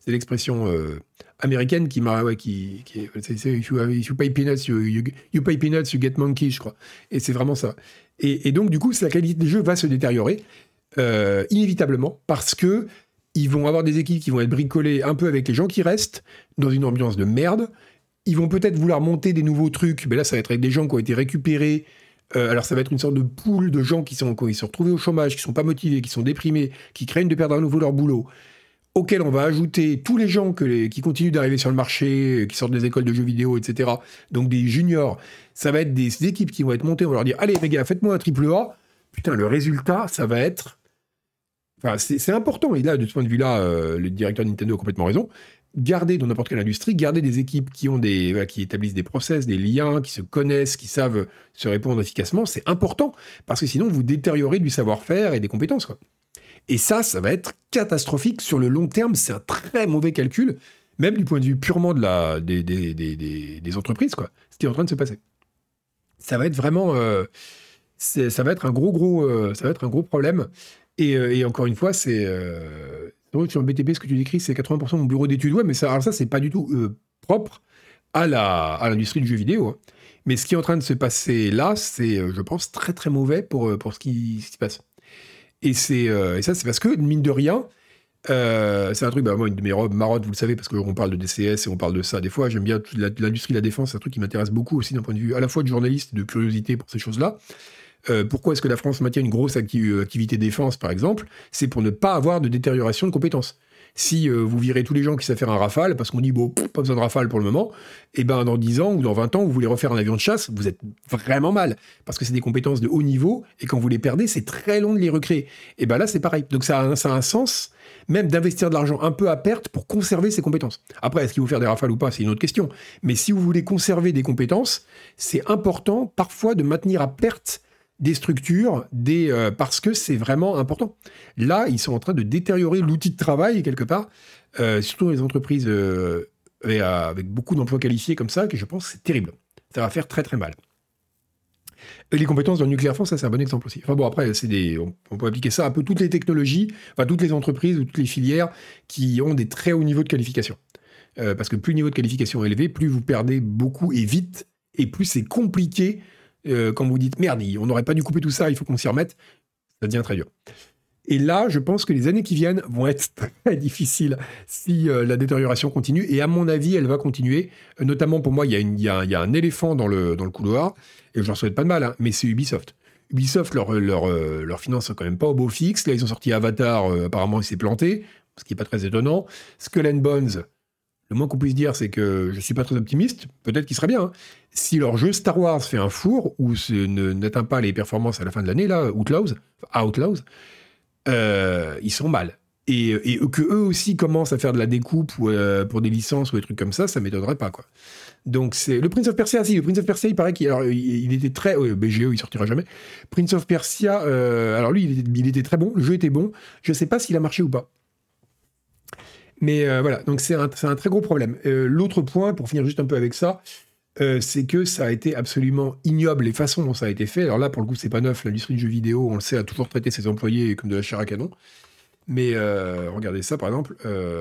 américaine qui m'a, ouais, c'est if you pay peanuts, you pay peanuts, you get monkeys, je crois. Et c'est vraiment ça. Et donc du coup, la qualité des jeux va se détériorer inévitablement parce que ils vont avoir des équipes qui vont être bricolées un peu avec les gens qui restent dans une ambiance de merde. Ils vont peut-être vouloir monter des nouveaux trucs, mais là, ça va être avec des gens qui ont été récupérés. Alors, ça va être une sorte de pool de gens qui sont retrouvés au chômage, qui sont pas motivés, qui sont déprimés, qui craignent de perdre à nouveau leur boulot, auxquels on va ajouter tous les gens qui continuent d'arriver sur le marché, qui sortent des écoles de jeux vidéo, etc. Donc, des juniors. Ça va être des équipes qui vont être montées. On va leur dire, allez, les gars, faites-moi un triple A. Putain, le résultat, ça va être... Enfin, c'est important, et là, de ce point de vue-là, le directeur de Nintendo a complètement raison. Garder, dans n'importe quelle industrie, garder des équipes qui établissent des process, des liens, qui se connaissent, qui savent se répondre efficacement, c'est important, parce que sinon, vous détériorez du savoir-faire et des compétences, quoi. Et ça va être catastrophique sur le long terme, c'est un très mauvais calcul, même du point de vue purement des entreprises, quoi, ce qui est en train de se passer. Ça va être vraiment... ça va être un gros problème. Et encore une fois, c'est vrai que sur le BTP, ce que tu décris, c'est 80% de mon bureau d'études. Ouais, mais ça, c'est pas du tout propre à l'industrie du jeu vidéo, hein. Mais ce qui est en train de se passer là, c'est, je pense, très très mauvais pour ce qui se passe. Et ça, c'est parce que, mine de rien, c'est un truc, moi, une de mes marottes, vous le savez, parce qu'on parle de DCS et on parle de ça. Des fois, j'aime bien l'industrie de la défense, c'est un truc qui m'intéresse beaucoup aussi d'un point de vue à la fois de journaliste et de curiosité pour ces choses-là. Pourquoi est-ce que la France maintient une grosse activité défense, par exemple? C'est pour ne pas avoir de détérioration de compétences. Si vous virez tous les gens qui savent faire un Rafale, parce qu'on dit, bon, pas besoin de Rafale pour le moment, et ben dans 10 ans ou dans 20 ans, vous voulez refaire un avion de chasse, vous êtes vraiment mal. Parce que c'est des compétences de haut niveau, et quand vous les perdez, c'est très long de les recréer. Et ben là, c'est pareil. Donc ça a un sens, même d'investir de l'argent un peu à perte pour conserver ces compétences. Après, est-ce qu'il faut faire des Rafales ou pas, c'est une autre question. Mais si vous voulez conserver des compétences, c'est important parfois de maintenir à perte des structures, parce que c'est vraiment important. Là, ils sont en train de détériorer l'outil de travail, quelque part, surtout dans les entreprises avec beaucoup d'emplois qualifiés comme ça, que je pense que c'est terrible. Ça va faire très très mal. Et les compétences dans le nucléaire France, ça c'est un bon exemple aussi. Enfin bon, après, on peut appliquer ça à un peu toutes les technologies, enfin toutes les entreprises ou toutes les filières qui ont des très hauts niveaux de qualification. Parce que plus le niveau de qualification est élevé, plus vous perdez beaucoup et vite, et plus c'est compliqué. Quand vous dites, merde, on n'aurait pas dû couper tout ça, il faut qu'on s'y remette, ça devient très dur. Et là, je pense que les années qui viennent vont être très difficiles si la détérioration continue, et à mon avis, elle va continuer. Notamment pour moi, il y a un éléphant dans le couloir, et je leur souhaite pas de mal, hein, mais c'est Ubisoft. Ubisoft, leur finance sont quand même pas au beau fixe. Là, ils ont sorti Avatar, apparemment, il s'est planté, ce qui n'est pas très étonnant. Skull and Bones, le moins qu'on puisse dire, c'est que je ne suis pas très optimiste. Peut-être qu'il sera bien, hein. Si leur jeu Star Wars fait un four, ou n'atteint pas les performances à la fin de l'année, là, Outlaws, ils sont mal. Et que eux aussi commencent à faire de la découpe ou, pour des licences ou des trucs comme ça m'étonnerait pas, quoi. Donc c'est le Prince of Persia. Si, le Prince of Persia, il paraît qu'il était très... BGE, il sortira jamais. Prince of Persia, alors lui, il était très bon. Le jeu était bon. Je ne sais pas s'il a marché ou pas. Mais voilà, donc c'est un très gros problème. L'autre point, pour finir juste un peu avec ça, c'est que ça a été absolument ignoble les façons dont ça a été fait. Alors là, pour le coup, c'est pas neuf. L'industrie du jeu vidéo, on le sait, a toujours traité ses employés comme de la chair à canon. Mais regardez ça, par exemple.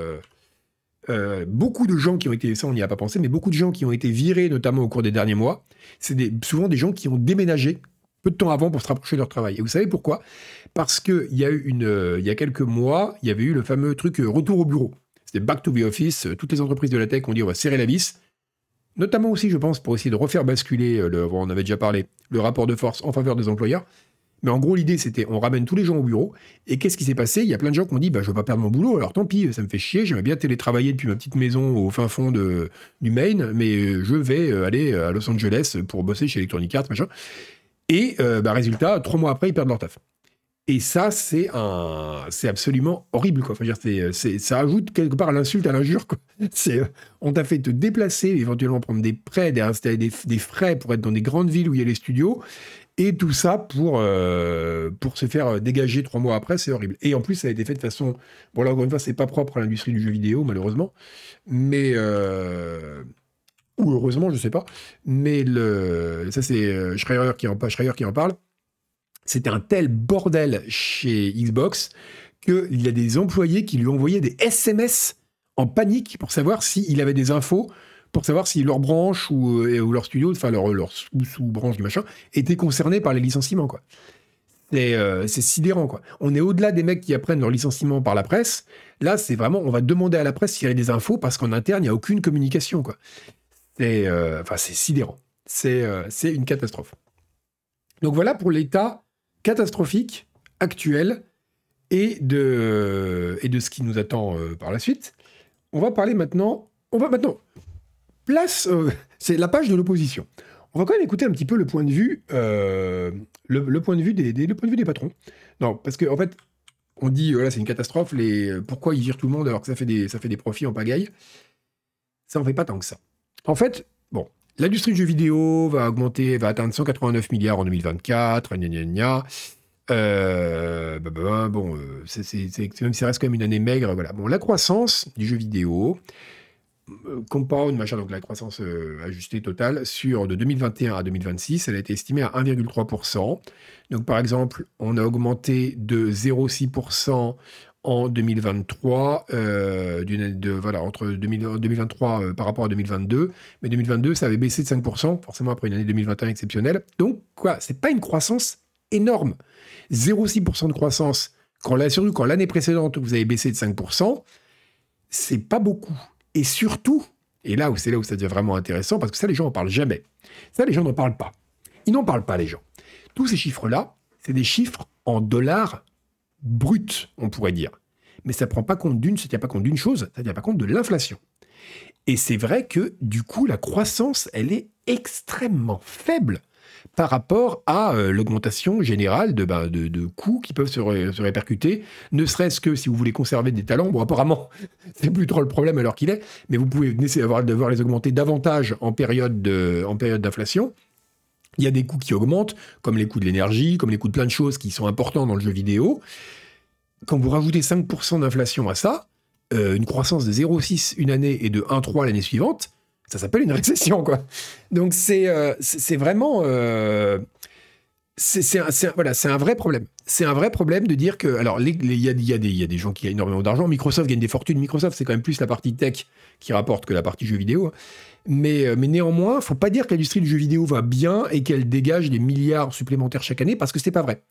Beaucoup de gens qui ont été, ça on n'y a pas pensé, mais beaucoup de gens qui ont été virés, notamment au cours des derniers mois, c'est souvent des gens qui ont déménagé peu de temps avant pour se rapprocher de leur travail. Et vous savez pourquoi? Parce qu'il y a il y a quelques mois, il y avait eu le fameux truc retour au bureau. C'était back to the office. Toutes les entreprises de la tech ont dit on va serrer la vis. Notamment aussi, je pense, pour essayer de refaire basculer, on avait déjà parlé, le rapport de force en faveur des employeurs. Mais en gros, l'idée, c'était on ramène tous les gens au bureau. Et qu'est-ce qui s'est passé? Il y a plein de gens qui ont dit je ne veux pas perdre mon boulot, alors tant pis, ça me fait chier, j'aimerais bien télétravailler depuis ma petite maison au fin fond du Maine, mais je vais aller à Los Angeles pour bosser chez Electronic Arts, machin. Et résultat, 3 mois après, ils perdent leur taf. Et ça, c'est absolument horrible, quoi. Enfin, ça ajoute quelque part à l'insulte, à l'injure, quoi. On t'a fait te déplacer, éventuellement prendre des prêts, des frais pour être dans des grandes villes où il y a les studios, Et tout ça pour se faire dégager 3 mois après, c'est horrible. Et en plus, ça a été fait de façon... Bon, là, encore une fois, c'est pas propre à l'industrie du jeu vidéo, malheureusement. Mais... ou heureusement, je sais pas. Mais ça, c'est Schreier qui en parle. C'était un tel bordel chez Xbox qu'il y a des employés qui lui envoyaient des SMS en panique pour savoir s'il avait des infos, pour savoir si leur branche ou leur studio, enfin leur sous-branche du machin, était concernée par les licenciements, quoi. C'est sidérant, quoi. On est au-delà des mecs qui apprennent leur licenciement par la presse. Là, c'est vraiment, on va demander à la presse s'il y a des infos parce qu'en interne, il n'y a aucune communication, quoi. C'est sidérant. C'est une catastrophe. Donc voilà pour l'état catastrophique actuel et de ce qui nous attend par la suite. On va maintenant, c'est la page de l'opposition. On va quand même écouter un petit peu le point de vue, le point de vue le point de vue des patrons. Non, parce qu'en fait, on dit, voilà, c'est une catastrophe, pourquoi ils virent tout le monde alors que ça fait des profits en pagaille? Ça en fait pas tant que ça. En fait, bon, l'industrie du jeu vidéo va atteindre 189 milliards en 2024, gna gna gna. Bon, même si ça reste quand même une année maigre, voilà. Bon, la croissance du jeu vidéo, compound, machin, donc la croissance ajustée totale, de 2021 à 2026, elle a été estimée à 1,3%. Donc, par exemple, on a augmenté de 0,6% en 2023, entre 2023 par rapport à 2022. Mais 2022, ça avait baissé de 5%, forcément après une année 2021 exceptionnelle. Donc, quoi, c'est pas une croissance énorme. 0,6% de croissance, surtout quand l'année précédente, vous avez baissé de 5%, c'est pas beaucoup. Et surtout, et c'est là où ça devient vraiment intéressant, parce que ça, les gens n'en parlent jamais. Ça, les gens n'en parlent pas. Ils n'en parlent pas, les gens. Tous ces chiffres-là, c'est des chiffres en dollars bruts, on pourrait dire. Mais ça ne tient pas compte d'une chose, ça ne tient pas compte de l'inflation. Et c'est vrai que, du coup, la croissance, elle est extrêmement faible par rapport à l'augmentation générale de coûts qui peuvent se répercuter, ne serait-ce que si vous voulez conserver des talents. Bon, apparemment, c'est plus trop le problème à l'heure qu'il est, mais vous pouvez devoir les augmenter davantage en période d'inflation. Il y a des coûts qui augmentent, comme les coûts de l'énergie, comme les coûts de plein de choses qui sont importants dans le jeu vidéo. Quand vous rajoutez 5% d'inflation à ça, une croissance de 0,6 une année et de 1,3 l'année suivante, ça s'appelle une récession, quoi. Donc c'est vraiment... c'est un vrai problème. C'est un vrai problème de dire que... Alors, il y a des gens qui gagnent énormément d'argent. Microsoft gagne des fortunes. Microsoft, c'est quand même plus la partie tech qui rapporte que la partie jeux vidéo. Mais néanmoins, il ne faut pas dire que l'industrie du jeu vidéo va bien et qu'elle dégage des milliards supplémentaires chaque année, parce que ce n'est pas vrai.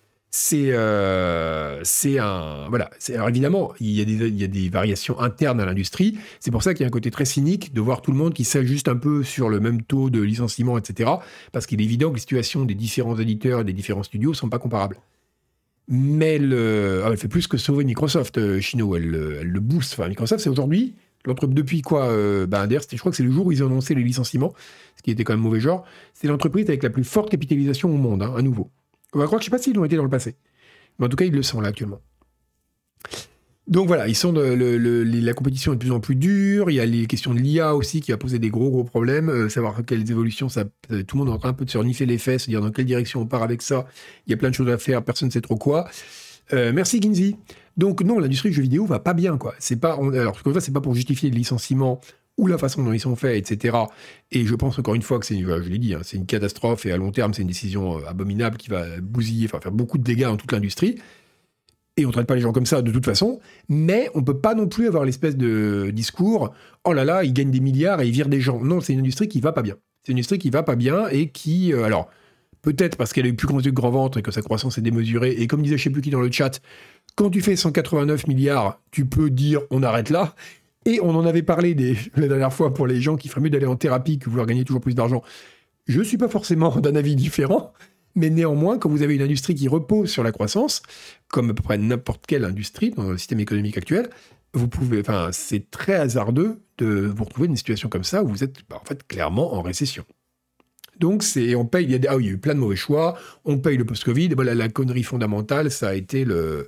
Alors évidemment, il y a des variations internes à l'industrie. C'est pour ça qu'il y a un côté très cynique de voir tout le monde qui s'ajuste un peu sur le même taux de licenciement, etc. Parce qu'il est évident que les situations des différents éditeurs et des différents studios ne sont pas comparables. Mais elle fait plus que sauver Microsoft, Chino. Elle le booste. Enfin, Microsoft, c'est aujourd'hui, depuis quoi d'ailleurs, je crois que c'est le jour où ils ont annoncé les licenciements, ce qui était quand même mauvais genre. C'est l'entreprise avec la plus forte capitalisation au monde, à nouveau. On va croire que je ne sais pas s'ils l'ont été dans le passé. Mais en tout cas, ils le sont là actuellement. Donc voilà, la compétition est de plus en plus dure. Il y a les questions de l'IA aussi qui va poser des gros problèmes. Savoir quelles évolutions, tout le monde est en train un peu de se renifler les fesses, se dire dans quelle direction on part avec ça. Il y a plein de choses à faire, personne ne sait trop quoi. Merci Ginzy. Donc non, l'industrie du jeu vidéo va pas bien, quoi. C'est pas pour justifier le licenciement ou la façon dont ils sont faits, etc. Et je pense encore une fois que je l'ai dit, c'est une catastrophe et à long terme, c'est une décision abominable qui va faire beaucoup de dégâts dans toute l'industrie. Et on ne traite pas les gens comme ça de toute façon, mais on ne peut pas non plus avoir l'espèce de discours « Oh là là, ils gagnent des milliards et ils virent des gens ». Non, c'est une industrie qui va pas bien. C'est une industrie qui va pas bien et qui... alors, peut-être parce qu'elle a eu plus de grand ventre et que sa croissance est démesurée, et comme disait je sais plus qui dans le chat, quand tu fais 189 milliards, tu peux dire « on arrête là ». Et on en avait parlé la dernière fois pour les gens qui feraient mieux d'aller en thérapie que vouloir gagner toujours plus d'argent. Je ne suis pas forcément d'un avis différent, mais néanmoins, quand vous avez une industrie qui repose sur la croissance, comme à peu près n'importe quelle industrie dans le système économique actuel, c'est très hasardeux de vous retrouver dans une situation comme ça où vous êtes en fait clairement en récession. Donc on paye, il y a eu plein de mauvais choix, on paye le post-Covid, et la connerie fondamentale, ça a été le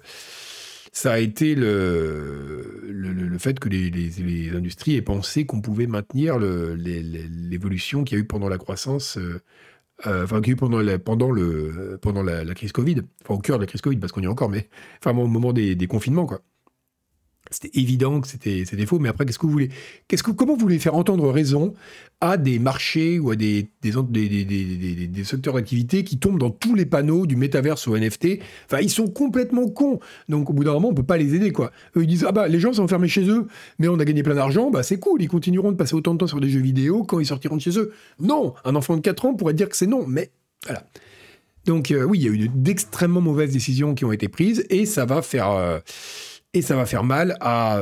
fait que les industries aient pensé qu'on pouvait maintenir l'évolution qu'il y a eu pendant la croissance enfin qu'il y a eu pendant la crise Covid, enfin au cœur de la crise Covid, parce qu'on y est encore, mais enfin au moment des confinements, quoi. C'était évident que c'était faux, mais après, qu'est-ce que vous voulez comment vous voulez faire entendre raison à des marchés ou à des secteurs d'activité qui tombent dans tous les panneaux du métaverse au NFT? Enfin, ils sont complètement cons. Donc, au bout d'un moment, on peut pas les aider, quoi. Eux, ils disent, ah bah, les gens sont enfermés chez eux, mais on a gagné plein d'argent, bah c'est cool, ils continueront de passer autant de temps sur des jeux vidéo quand ils sortiront de chez eux. Non, un enfant de 4 ans pourrait dire que c'est non, mais voilà. Donc, oui, il y a eu d'extrêmement mauvaises décisions qui ont été prises, et ça va faire mal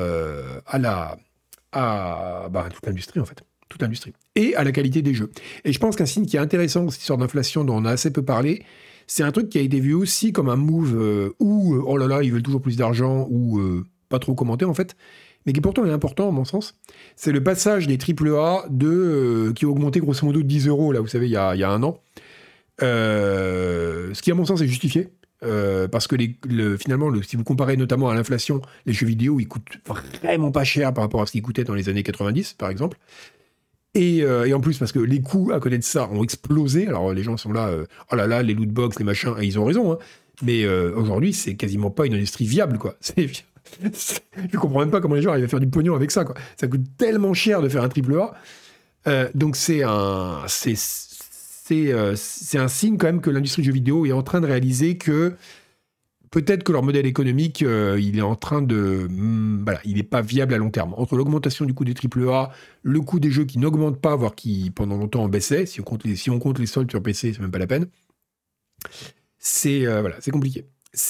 à toute l'industrie, en fait. Toute l'industrie. Et à la qualité des jeux. Et je pense qu'un signe qui est intéressant dans cette histoire d'inflation dont on a assez peu parlé, c'est un truc qui a été vu aussi comme un move où, oh là là, ils veulent toujours plus d'argent, ou pas trop commenté, en fait, mais qui pourtant est important, à mon sens. C'est le passage des AAA qui ont augmenté grosso modo de 10 euros, là, vous savez, il y a un an. Ce qui, à mon sens, est justifié. Parce que finalement, si vous comparez notamment à l'inflation, les jeux vidéo, ils coûtent vraiment pas cher par rapport à ce qu'ils coûtaient dans les années 90, par exemple. Et en plus, parce que les coûts à côté de ça ont explosé. Alors, les gens sont là, oh là là, les loot box, les machins, et ils ont raison. Hein. Mais aujourd'hui, c'est quasiment pas une industrie viable, quoi. Je comprends même pas comment les gens arrivent à faire du pognon avec ça, quoi. Ça coûte tellement cher de faire un triple A. Donc, c'est un signe quand même que l'industrie du jeu vidéo est en train de réaliser que peut-être que leur modèle économique, il est en train de... voilà, il n'est pas viable à long terme. Entre l'augmentation du coût des AAA, le coût des jeux qui n'augmente pas, voire qui pendant longtemps en baissait, si on compte les soldes sur PC, c'est même pas la peine, c'est compliqué.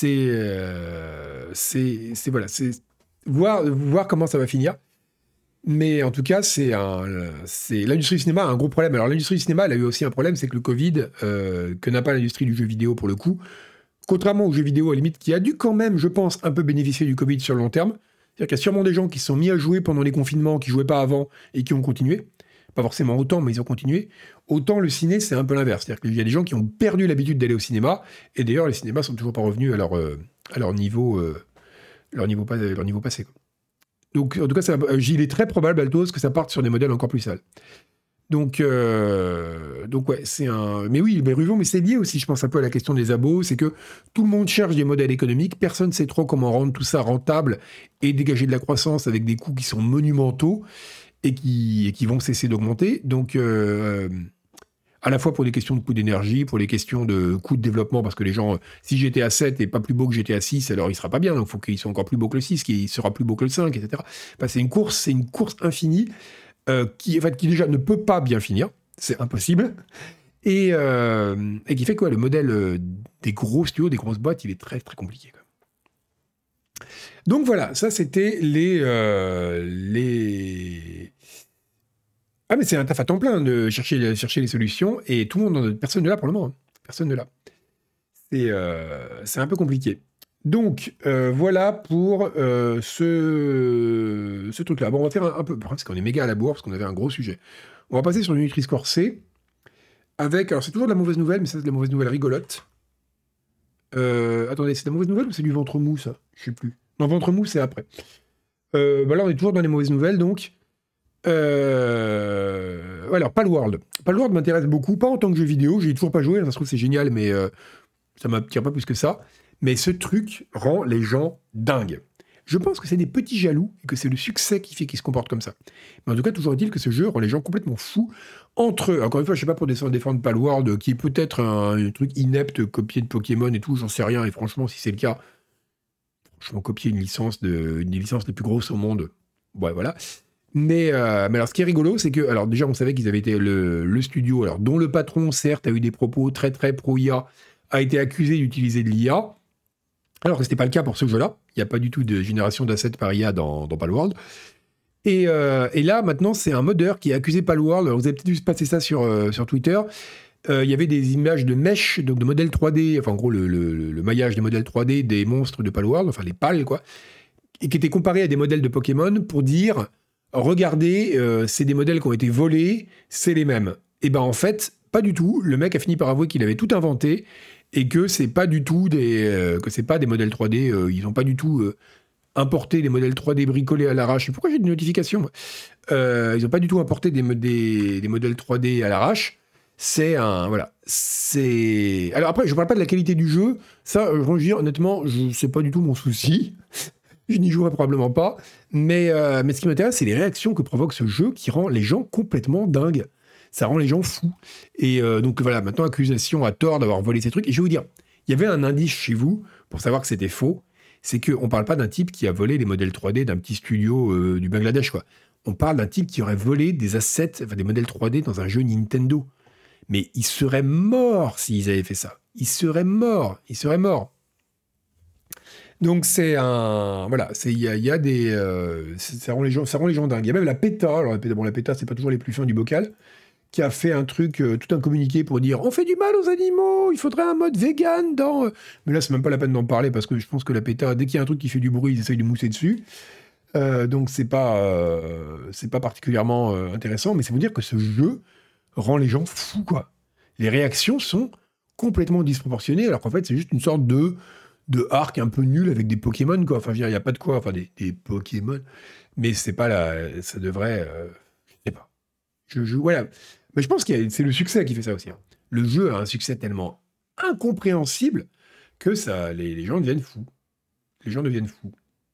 Voir comment ça va finir. Mais en tout cas, l'industrie du cinéma a un gros problème. Alors l'industrie du cinéma, elle a eu aussi un problème, c'est que le Covid, que n'a pas l'industrie du jeu vidéo pour le coup, contrairement aux jeux vidéo à la limite, qui a dû quand même, je pense, un peu bénéficier du Covid sur le long terme. C'est-à-dire qu'il y a sûrement des gens qui se sont mis à jouer pendant les confinements, qui jouaient pas avant et qui ont continué. Pas forcément autant, mais ils ont continué. Autant le ciné, c'est un peu l'inverse. C'est-à-dire qu'il y a des gens qui ont perdu l'habitude d'aller au cinéma, et d'ailleurs, les cinémas sont toujours pas revenus à leur niveau passé, quoi. Donc, en tout cas, il est très probable, Altos, que ça parte sur des modèles encore plus sales. Donc ouais, c'est un... Mais oui, Ruvon, mais c'est lié aussi, je pense, un peu à la question des abos, c'est que tout le monde cherche des modèles économiques, personne ne sait trop comment rendre tout ça rentable et dégager de la croissance avec des coûts qui sont monumentaux et qui vont cesser d'augmenter. Donc, à la fois pour des questions de coût d'énergie, pour les questions de coût de développement, parce que les gens, si GTA 7 n'est pas plus beau que GTA 6, alors il sera pas bien, donc il faut qu'il soit encore plus beau que le 6, qu'il sera plus beau que le 5, etc. Enfin, c'est une course infinie qui déjà ne peut pas bien finir, c'est impossible, et qui fait que le modèle des gros studios, des grosses boîtes, il est très très compliqué, quoi. Donc voilà, ça c'était les... Ah, mais c'est un taf à temps plein de chercher les solutions, et tout le monde, personne ne l'a pour le moment. Personne ne l'a. C'est un peu compliqué. Donc, voilà pour ce truc-là. Bon, on va faire un peu... Parce qu'on est méga à la bourre, parce qu'on avait un gros sujet. On va passer sur le Nutri-Score C, avec... Alors, c'est toujours de la mauvaise nouvelle, mais ça, c'est de la mauvaise nouvelle rigolote. Attendez, c'est de la mauvaise nouvelle ou c'est du ventre mou, ça? Je sais plus. Non, ventre mou, c'est après. Là, on est toujours dans les mauvaises nouvelles, donc... Alors, Palworld. Palworld m'intéresse beaucoup, pas en tant que jeu vidéo, j'ai toujours pas joué, ça se trouve c'est génial, mais ça m'attire pas plus que ça. Mais ce truc rend les gens dingues. Je pense que c'est des petits jaloux et que c'est le succès qui fait qu'ils se comportent comme ça. Mais en tout cas, toujours est-il que ce jeu rend les gens complètement fous entre eux. Encore une fois, je sais pas pour défendre Palworld, qui est peut-être un truc inepte, copié de Pokémon et tout, j'en sais rien. Et franchement, si c'est le cas, franchement, copier une des licences les plus grosses au monde, ouais, voilà. Mais alors, ce qui est rigolo, c'est que, alors déjà, on savait qu'ils avaient été le studio, alors dont le patron, certes, a eu des propos très très pro-IA, a été accusé d'utiliser de l'IA, alors que c'était pas le cas pour ce jeu-là. Il n'y a pas du tout de génération d'assets par IA dans Palworld. Et là, maintenant, c'est un modeur qui a accusé Palworld. Alors, vous avez peut-être dû passer ça sur Twitter. Il y avait des images de mesh, donc de modèles 3D, enfin en gros le maillage des modèles 3D des monstres de Palworld, enfin les pales, quoi, et qui étaient comparés à des modèles de Pokémon pour dire... Regardez, c'est des modèles qui ont été volés, c'est les mêmes. Et ben en fait, pas du tout. Le mec a fini par avouer qu'il avait tout inventé et que c'est pas du tout que c'est pas des modèles 3D. Ils n'ont pas du tout importé des modèles 3D bricolés à l'arrache. Pourquoi j'ai des notifications, moi ? Ils n'ont pas du tout importé des modèles 3D à l'arrache. C'est un... Voilà. C'est... Alors après, je parle pas de la qualité du jeu. Ça, je veux dire, honnêtement, c'est pas du tout mon souci. Je n'y jouerai probablement pas. Mais ce qui m'intéresse, c'est les réactions que provoque ce jeu qui rend les gens complètement dingues. Ça rend les gens fous. Et donc voilà, maintenant, accusation à tort d'avoir volé ces trucs. Et je vais vous dire, il y avait un indice chez vous pour savoir que c'était faux. C'est qu'on parle pas d'un type qui a volé les modèles 3D d'un petit studio du Bangladesh, quoi. On parle d'un type qui aurait volé des assets, enfin des modèles 3D dans un jeu Nintendo. Mais il serait mort s'ils avaient fait ça. Il serait mort. Il serait mort. Donc c'est un... Voilà, il y a des... ça rend les gens dingues. Il y a même la PETA, alors la PETA, c'est pas toujours les plus fins du bocal, qui a fait un truc, tout un communiqué pour dire « On fait du mal aux animaux, il faudrait un mode vegan dans... » Mais là, c'est même pas la peine d'en parler, parce que je pense que la PETA, dès qu'il y a un truc qui fait du bruit, ils essayent de mousser dessus. Donc c'est pas particulièrement intéressant, mais c'est pour dire que ce jeu rend les gens fous, quoi. Les réactions sont complètement disproportionnées, alors qu'en fait, c'est juste une sorte de arc un peu nul avec des Pokémon, quoi. Enfin, je veux dire, il n'y a pas de quoi, enfin, des Pokémon. Mais c'est pas la... Ça devrait... je sais pas. Voilà. Mais je pense que c'est le succès qui fait ça aussi, hein. Le jeu a un succès tellement incompréhensible que ça, les gens deviennent fous. Les gens deviennent fous.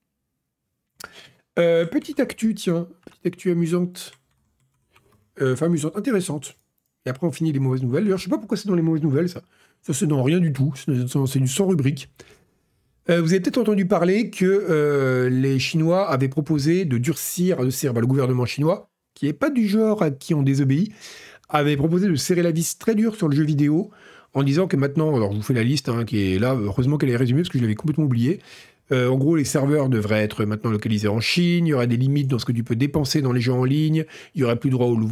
Petite actu, tiens. Petite actu amusante. Enfin, amusante, intéressante. Et après, on finit les mauvaises nouvelles. D'ailleurs, je sais pas pourquoi c'est dans les mauvaises nouvelles, ça. Ça, c'est dans rien du tout. C'est du sans rubrique. Vous avez peut-être entendu parler que les Chinois avaient proposé de durcir le gouvernement chinois, qui n'est pas du genre à qui on désobéit, avait proposé de serrer la vis très dur sur le jeu vidéo, en disant que maintenant, alors je vous fais la liste, hein, qui est là, heureusement qu'elle est résumée, parce que je l'avais complètement oublié. En gros, les serveurs devraient être maintenant localisés en Chine, il y aura des limites dans ce que tu peux dépenser dans les jeux en ligne, il y aurait plus droit au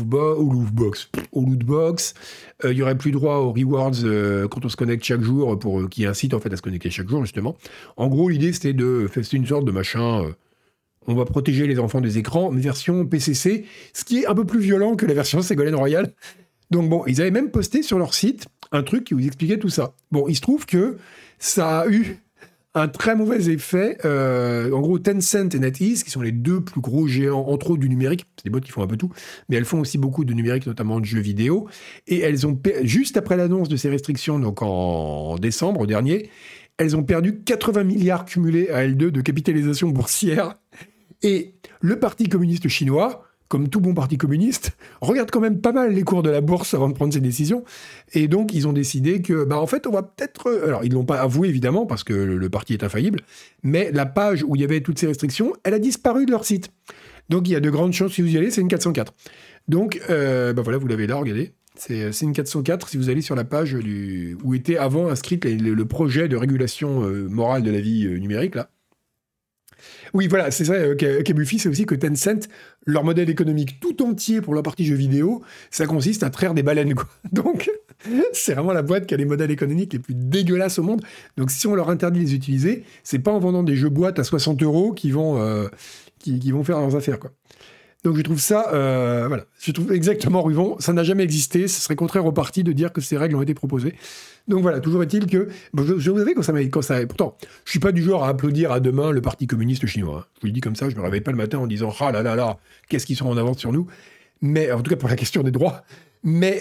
loot box, il y aurait plus droit aux rewards quand on se connecte chaque jour, qui incite en fait à se connecter chaque jour, justement. En gros, l'idée, c'était une sorte de machin... on va protéger les enfants des écrans, version PCC, ce qui est un peu plus violent que la version Ségolène Royal. Donc bon, ils avaient même posté sur leur site un truc qui vous expliquait tout ça. Bon, il se trouve que ça a eu un très mauvais effet. En gros, Tencent et NetEase, qui sont les deux plus gros géants, entre autres, du numérique, c'est des boîtes qui font un peu tout, mais elles font aussi beaucoup de numérique, notamment de jeux vidéo, et elles ont, juste après l'annonce de ces restrictions, donc en décembre dernier, elles ont perdu 80 milliards cumulés à L2 de capitalisation boursière. Et le Parti communiste chinois, comme tout bon parti communiste, regarde quand même pas mal les cours de la bourse avant de prendre ses décisions. Et donc, ils ont décidé que, en fait, on va peut-être... Alors, ils ne l'ont pas avoué, évidemment, parce que le parti est infaillible, mais la page où il y avait toutes ces restrictions, elle a disparu de leur site. Donc, il y a de grandes chances, si vous y allez, c'est une 404. Donc, voilà, vous l'avez là, regardez. C'est une 404 si vous allez sur la page où était avant inscrit le projet de régulation morale de la vie numérique, là. Oui, voilà, c'est ça qu'Abufi, c'est aussi que Tencent, leur modèle économique tout entier pour leur partie jeux vidéo, ça consiste à traire des baleines, quoi. Donc, c'est vraiment la boîte qui a les modèles économiques les plus dégueulasses au monde. Donc, si on leur interdit de les utiliser, c'est pas en vendant des jeux boîtes à 60 € qu'ils vont, qui vont faire leurs affaires, quoi. Donc je trouve ça, voilà, je trouve exactement Ruvon, ça n'a jamais existé, ce serait contraire au parti de dire que ces règles ont été proposées. Donc voilà, toujours est-il que, je vous avais quand ça, pourtant, je suis pas du genre à applaudir à demain le Parti communiste chinois, hein. Je vous le dis comme ça, je me réveille pas le matin en disant ah là là là, qu'est-ce qu'ils sont en avance sur nous, mais en tout cas pour la question des droits. Mais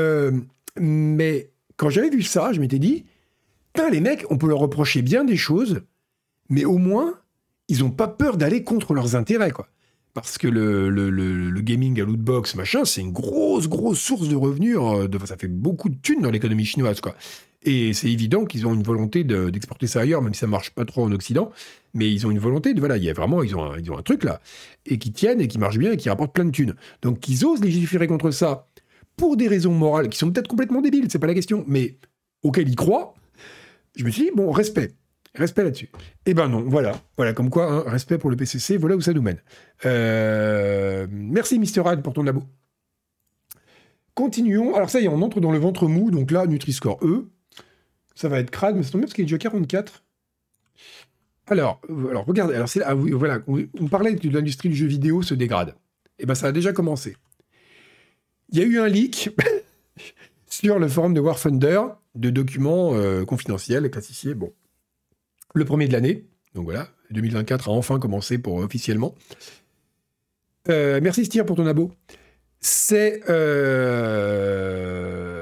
quand j'avais vu ça, je m'étais dit, putain les mecs, on peut leur reprocher bien des choses, mais au moins ils ont pas peur d'aller contre leurs intérêts, quoi. Parce que le gaming à lootbox, machin, c'est une grosse source de revenus. Ça fait beaucoup de thunes dans l'économie chinoise, quoi. Et c'est évident qu'ils ont une volonté d'exporter ça ailleurs, même si ça marche pas trop en Occident. Mais ils ont une volonté voilà, il y a vraiment, ils ont un truc là, et qui tiennent, et qui marche bien, et qui rapporte plein de thunes. Donc qu'ils osent légiférer contre ça, pour des raisons morales, qui sont peut-être complètement débiles, c'est pas la question, mais auxquelles ils croient, je me suis dit, bon, respect. Respect là-dessus. Eh ben non, voilà, comme quoi, hein, respect pour le PCC, voilà où ça nous mène. Merci Mr. Ad pour ton labo. Continuons. Alors ça y est, on entre dans le ventre mou, donc là, Nutri-Score E. Ça va être crade, mais ça tombe bien parce qu'il est déjà 44. Alors regardez, c'est là, voilà, on parlait de l'industrie du jeu vidéo se dégrade. Eh ben ça a déjà commencé. Il y a eu un leak sur le forum de War Thunder de documents confidentiels, classifiés, bon. Le premier de l'année, donc voilà, 2024 a enfin commencé officiellement. Merci Stier pour ton abo. C'est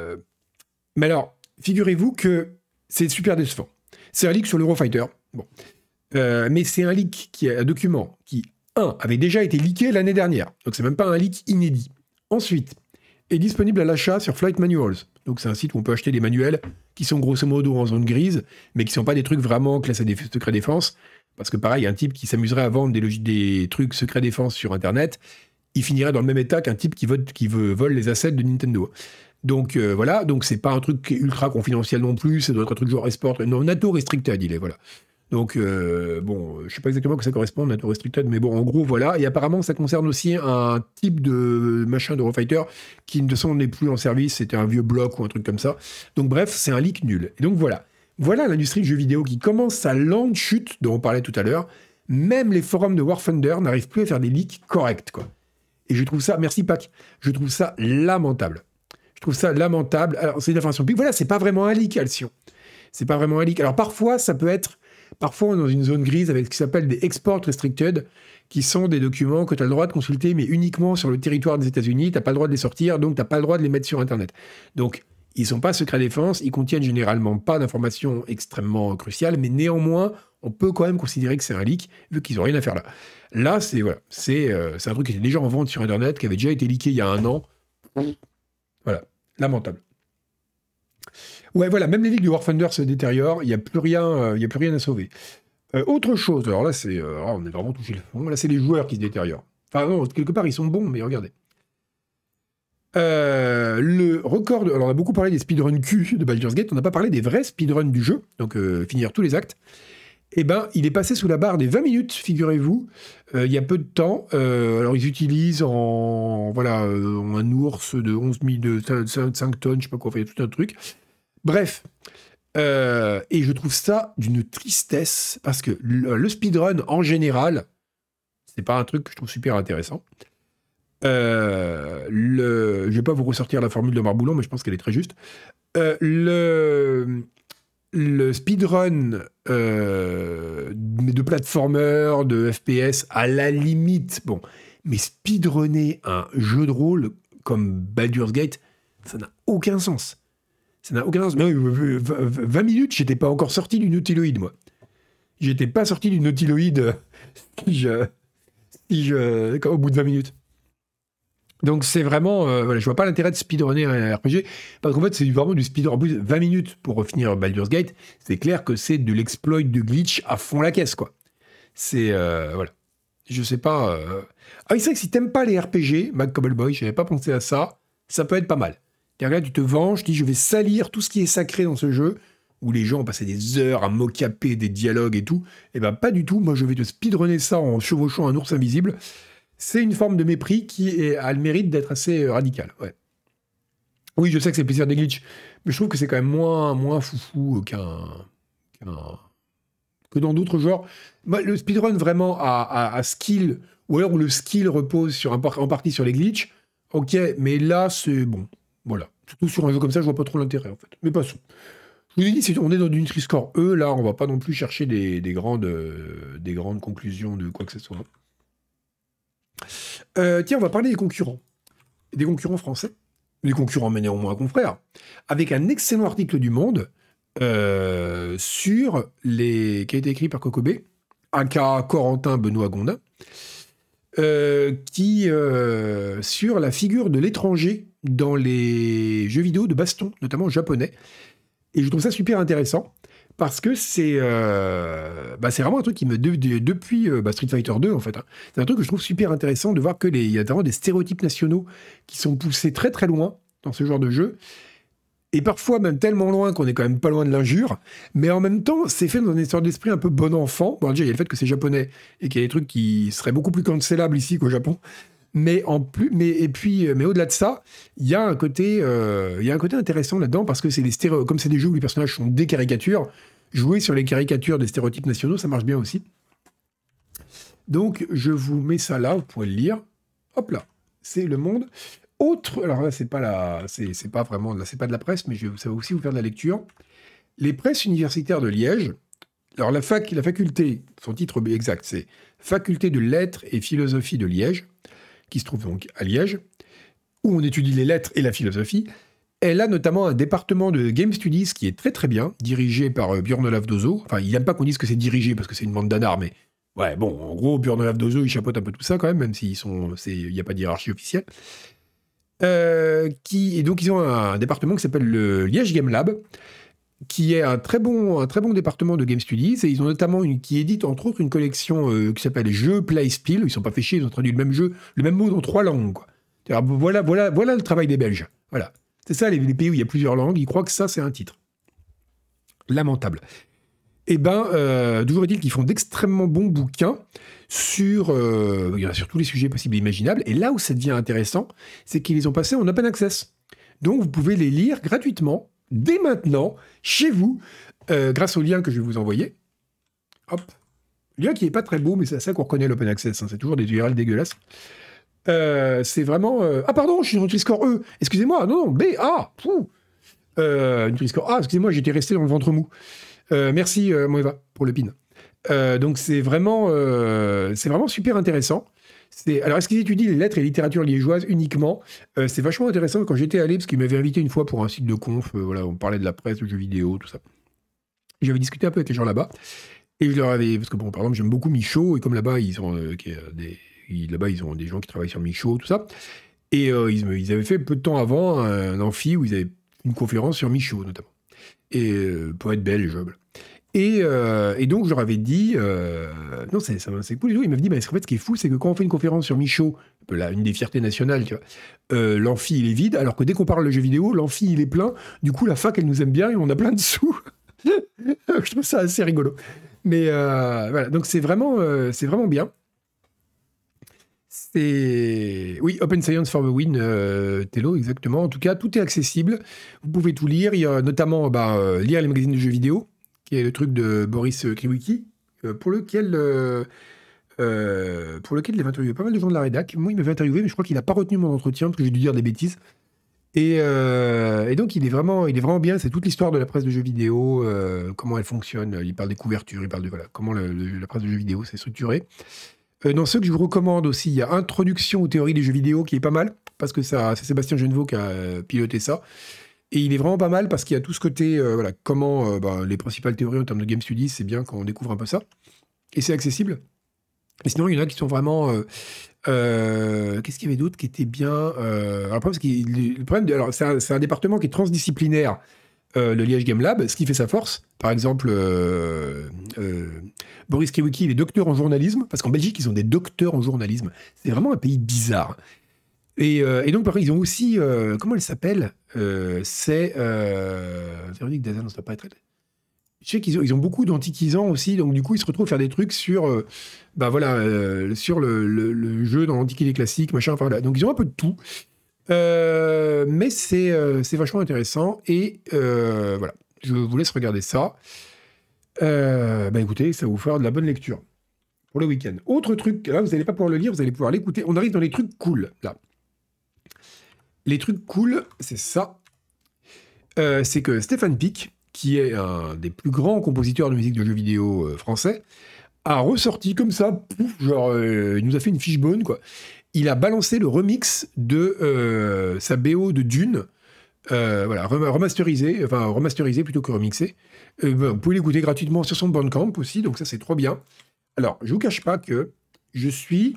Mais alors, figurez-vous que c'est super décevant. C'est un leak sur l'Eurofighter. Bon. Mais c'est un leak qui est un document qui, avait déjà été leaké l'année dernière. Donc c'est même pas un leak inédit. Ensuite, est disponible à l'achat sur Flight Manuals. Donc c'est un site où on peut acheter des manuels qui sont grosso modo en zone grise, mais qui sont pas des trucs vraiment classés des secrets défense. Parce que pareil, un type qui s'amuserait à vendre des trucs secrets défense sur Internet, il finirait dans le même état qu'un type qui vole les assets de Nintendo. Donc voilà, donc c'est pas un truc ultra confidentiel non plus, ça doit être un truc genre Esport, non, NATO Restricted, il est, voilà. Donc bon, je sais pas exactement à quoi ça correspond, NATO Restricted, mais bon, en gros, voilà. Et apparemment, ça concerne aussi un type de machin d'Eurofighter qui, de toute façon, n'est plus en service, c'était un vieux bloc ou un truc comme ça. Donc bref, c'est un leak nul. Et donc voilà. Voilà l'industrie du jeu vidéo qui commence sa lente chute, dont on parlait tout à l'heure. Même les forums de War Thunder n'arrivent plus à faire des leaks corrects, quoi. Et je trouve ça, merci Pac, je trouve ça lamentable. Je trouve ça lamentable. Alors, c'est une information publique. Voilà, c'est pas vraiment un leak, Alcyon. C'est pas vraiment un leak. Alors, parfois, ça peut être... Parfois, on est dans une zone grise avec ce qui s'appelle des export restricted, qui sont des documents que tu as le droit de consulter, mais uniquement sur le territoire des États-Unis. Tu n'as pas le droit de les sortir, donc tu n'as pas le droit de les mettre sur Internet. Donc, ils ne sont pas secret défense. Ils contiennent généralement pas d'informations extrêmement cruciales, mais néanmoins, on peut quand même considérer que c'est un leak, vu qu'ils n'ont rien à faire là. Là, c'est un truc qui était déjà en vente sur Internet, qui avait déjà été leaké il y a 1 an. Voilà, lamentable. Ouais, voilà, même les ligues du War Thunder se détériorent, il n'y a plus rien, à sauver. Autre chose, alors là, on est vraiment touché le fond. Là, c'est les joueurs qui se détériorent. Enfin, non, quelque part, ils sont bons, mais regardez. Le record, alors on a beaucoup parlé des speedruns Q de Baldur's Gate, on n'a pas parlé des vrais speedruns du jeu, donc finir tous les actes. Eh ben, il est passé sous la barre des 20 minutes, figurez-vous, il y a peu de temps. Alors, ils utilisent un ours de 11 000, de 5 tonnes, je sais pas quoi, il y a tout un truc. Bref, et je trouve ça d'une tristesse, parce que le speedrun, en général, c'est pas un truc que je trouve super intéressant. Je vais pas vous ressortir la formule de Marboulon, mais je pense qu'elle est très juste. Le speedrun de platformer, de FPS, à la limite, bon, mais speedrunner un jeu de rôle comme Baldur's Gate, ça n'a aucun sens. Ça n'a aucun sens. Mais 20 minutes, j'étais pas encore sorti du Nautiloid, moi. J'étais pas sorti du Nautiloid au bout de 20 minutes. Donc c'est vraiment... je vois pas l'intérêt de speedrunner un RPG, parce qu'en fait c'est vraiment du speedrun. En plus, 20 minutes pour finir Baldur's Gate, c'est clair que c'est de l'exploit de glitch à fond la caisse, quoi. C'est... voilà. Je sais pas... Ah oui, c'est vrai que si t'aimes pas les RPG, Mac Cobbleboy, j'avais pas pensé à ça, ça peut être pas mal. Là, tu te venges, tu dis je vais salir tout ce qui est sacré dans ce jeu, où les gens ont passé des heures à mocaper des dialogues et tout. Eh ben pas du tout, moi je vais te speedrunner ça en chevauchant un ours invisible. C'est une forme de mépris qui a le mérite d'être assez radical. Ouais. Oui, je sais que c'est le plaisir des glitches, mais je trouve que c'est quand même moins foufou que dans d'autres genres. Le speedrun vraiment à skill, ou alors où le skill repose en partie sur les glitches, ok, mais là c'est bon. Voilà. Surtout sur un jeu comme ça, je vois pas trop l'intérêt en fait. Mais passons. Je vous ai dit, si on est dans du Nutri-Score E, là on va pas non plus chercher des grandes conclusions de quoi que ce soit. Tiens, on va parler des concurrents. Des concurrents français. Des concurrents, mais néanmoins confrères. Avec un excellent article du Monde qui a été écrit par Kokobé, aka Corentin Benoît Gondin, sur la figure de l'étranger dans les jeux vidéo de baston, notamment japonais. Et je trouve ça super intéressant. Parce que c'est vraiment un truc qui me... Depuis Street Fighter 2, en fait. Hein, c'est un truc que je trouve super intéressant de voir qu'il y a vraiment des stéréotypes nationaux qui sont poussés très très loin dans ce genre de jeu. Et parfois même tellement loin qu'on est quand même pas loin de l'injure. Mais en même temps, c'est fait dans une histoire d'esprit un peu bon enfant. Bon, déjà, il y a le fait que c'est japonais et qu'il y a des trucs qui seraient beaucoup plus cancellables ici qu'au Japon. Mais au-delà de ça, il y a un côté intéressant là-dedans parce que comme c'est des jeux où les personnages sont des caricatures, jouer sur les caricatures des stéréotypes nationaux, ça marche bien aussi. Donc je vous mets ça là, vous pourrez le lire. Hop là, c'est Le Monde. Alors là c'est pas de la presse, mais ça va aussi vous faire de la lecture. Les presses universitaires de Liège. Alors la faculté, son titre exact, c'est Faculté de Lettres et Philosophie de Liège, qui se trouve donc à Liège, où on étudie les lettres et la philosophie, Elle a notamment un département de Game Studies qui est très très bien, dirigé par Björn Olaf Dozo. Enfin, il n'aime pas qu'on dise que c'est dirigé parce que c'est une bande d'anards, mais ouais, bon, en gros, Björn Olaf Dozo, il chapeaute un peu tout ça quand même s'il n'y a pas de hiérarchie officielle. Et donc, ils ont un département qui s'appelle le Liège Game Lab, qui est un très bon département de Game Studies, et ils ont notamment qui édite entre autres une collection qui s'appelle Jeux Play Spiel. Ils sont pas fait chier, ils ont traduit le même jeu, le même mot dans 3 langues, quoi. Alors, voilà le travail des Belges. Voilà. C'est ça, les pays où il y a plusieurs langues, ils croient que ça, c'est un titre. Lamentable. Eh ben, toujours est-il qu'ils font d'extrêmement bons bouquins sur tous les sujets possibles et imaginables. Et là où ça devient intéressant, c'est qu'ils les ont passés en open access. Donc, vous pouvez les lire gratuitement, dès maintenant, chez vous, grâce au lien que je vais vous envoyer. Hop. Lien qui n'est pas très beau, mais c'est à ça qu'on reconnaît l'open access. Hein. C'est toujours des URL dégueulasses. C'est vraiment... Ah pardon, je suis sur Nutri-Score E. Excusez-moi, non, B, A. Nutri-Score A, excusez-moi, j'étais resté dans le ventre mou. Merci, Moeva, pour le pin. Donc c'est vraiment super intéressant. Alors, est-ce qu'ils étudient les lettres et littérature liégeoise uniquement? C'est vachement intéressant. Quand j'étais allé, parce qu'ils m'avaient invité une fois pour un site de conf, voilà, on parlait de la presse, de jeux vidéo, tout ça. J'avais discuté un peu avec les gens là-bas. Et je leur avais... Parce que, bon, par exemple, j'aime beaucoup Michaud, et comme là-bas, ils ont des gens qui travaillent sur Michaud, tout ça. Et ils avaient fait peu de temps avant un amphi où ils avaient une conférence sur Michaud, notamment. Et poète belge. Et donc, je leur avais dit... non, c'est cool. Il m'avait dit, en fait, ce qui est fou, c'est que quand on fait une conférence sur Michaud, une des fiertés nationales, tu vois, l'amphi, il est vide, alors que dès qu'on parle de jeux vidéo, l'amphi, il est plein. Du coup, la fac, elle nous aime bien et on a plein de sous. Je trouve ça assez rigolo. Mais voilà, donc c'est vraiment bien. Oui, Open Science for the Win, Tello, exactement. En tout cas, tout est accessible. Vous pouvez tout lire. Il y a notamment lire les magazines de jeux vidéo, qui est le truc de Boris Kriwicki, pour lequel il avait interviewé pas mal de gens de la rédac. Moi, il m'avait interviewé, mais je crois qu'il n'a pas retenu mon entretien, parce que j'ai dû dire des bêtises. Et donc, il est vraiment bien. C'est toute l'histoire de la presse de jeux vidéo, comment elle fonctionne. Il parle des couvertures, il parle de comment la presse de jeux vidéo s'est structurée. Dans ceux que je vous recommande aussi, il y a Introduction aux théories des jeux vidéo qui est pas mal, parce que c'est Sébastien Genevaux qui a piloté ça. Et il est vraiment pas mal parce qu'il y a tout ce côté, comment les principales théories en termes de game studies, c'est bien quand on découvre un peu ça. Et c'est accessible. Et sinon, il y en a qui sont vraiment... qu'est-ce qu'il y avait d'autre qui était bien alors, le problème, alors, c'est un département qui est transdisciplinaire, le Liège Game Lab, ce qui fait sa force. Par exemple, Boris Kriwicki, il est docteur en journalisme, parce qu'en Belgique, ils ont des docteurs en journalisme. C'est vraiment un pays bizarre. Et donc, par exemple, ils ont aussi... comment elle s'appelle c'est... Véronique Dazan, ça ne doit pas être... Je sais qu'ils ont beaucoup d'antiquisants aussi, donc du coup, ils se retrouvent à faire des trucs sur, sur le jeu dans l'Antiquité classique, machin, enfin voilà. Donc, ils ont un peu de tout. Mais c'est vachement intéressant. Et voilà, je vous laisse regarder ça. Écoutez, ça va vous faire de la bonne lecture pour le week-end. Autre truc, là, vous n'allez pas pouvoir le lire, vous allez pouvoir l'écouter. On arrive dans les trucs cool, là. Les trucs cool, c'est ça. C'est que Stéphane Pic, qui est un des plus grands compositeurs de musique de jeux vidéo français, a ressorti comme ça, pouf, il nous a fait une fishbone, quoi. Il a balancé le remix de sa BO de Dune, remasterisé plutôt que remixé. Vous pouvez l'écouter gratuitement sur son Bandcamp aussi, donc ça c'est trop bien. Alors, je vous cache pas que je suis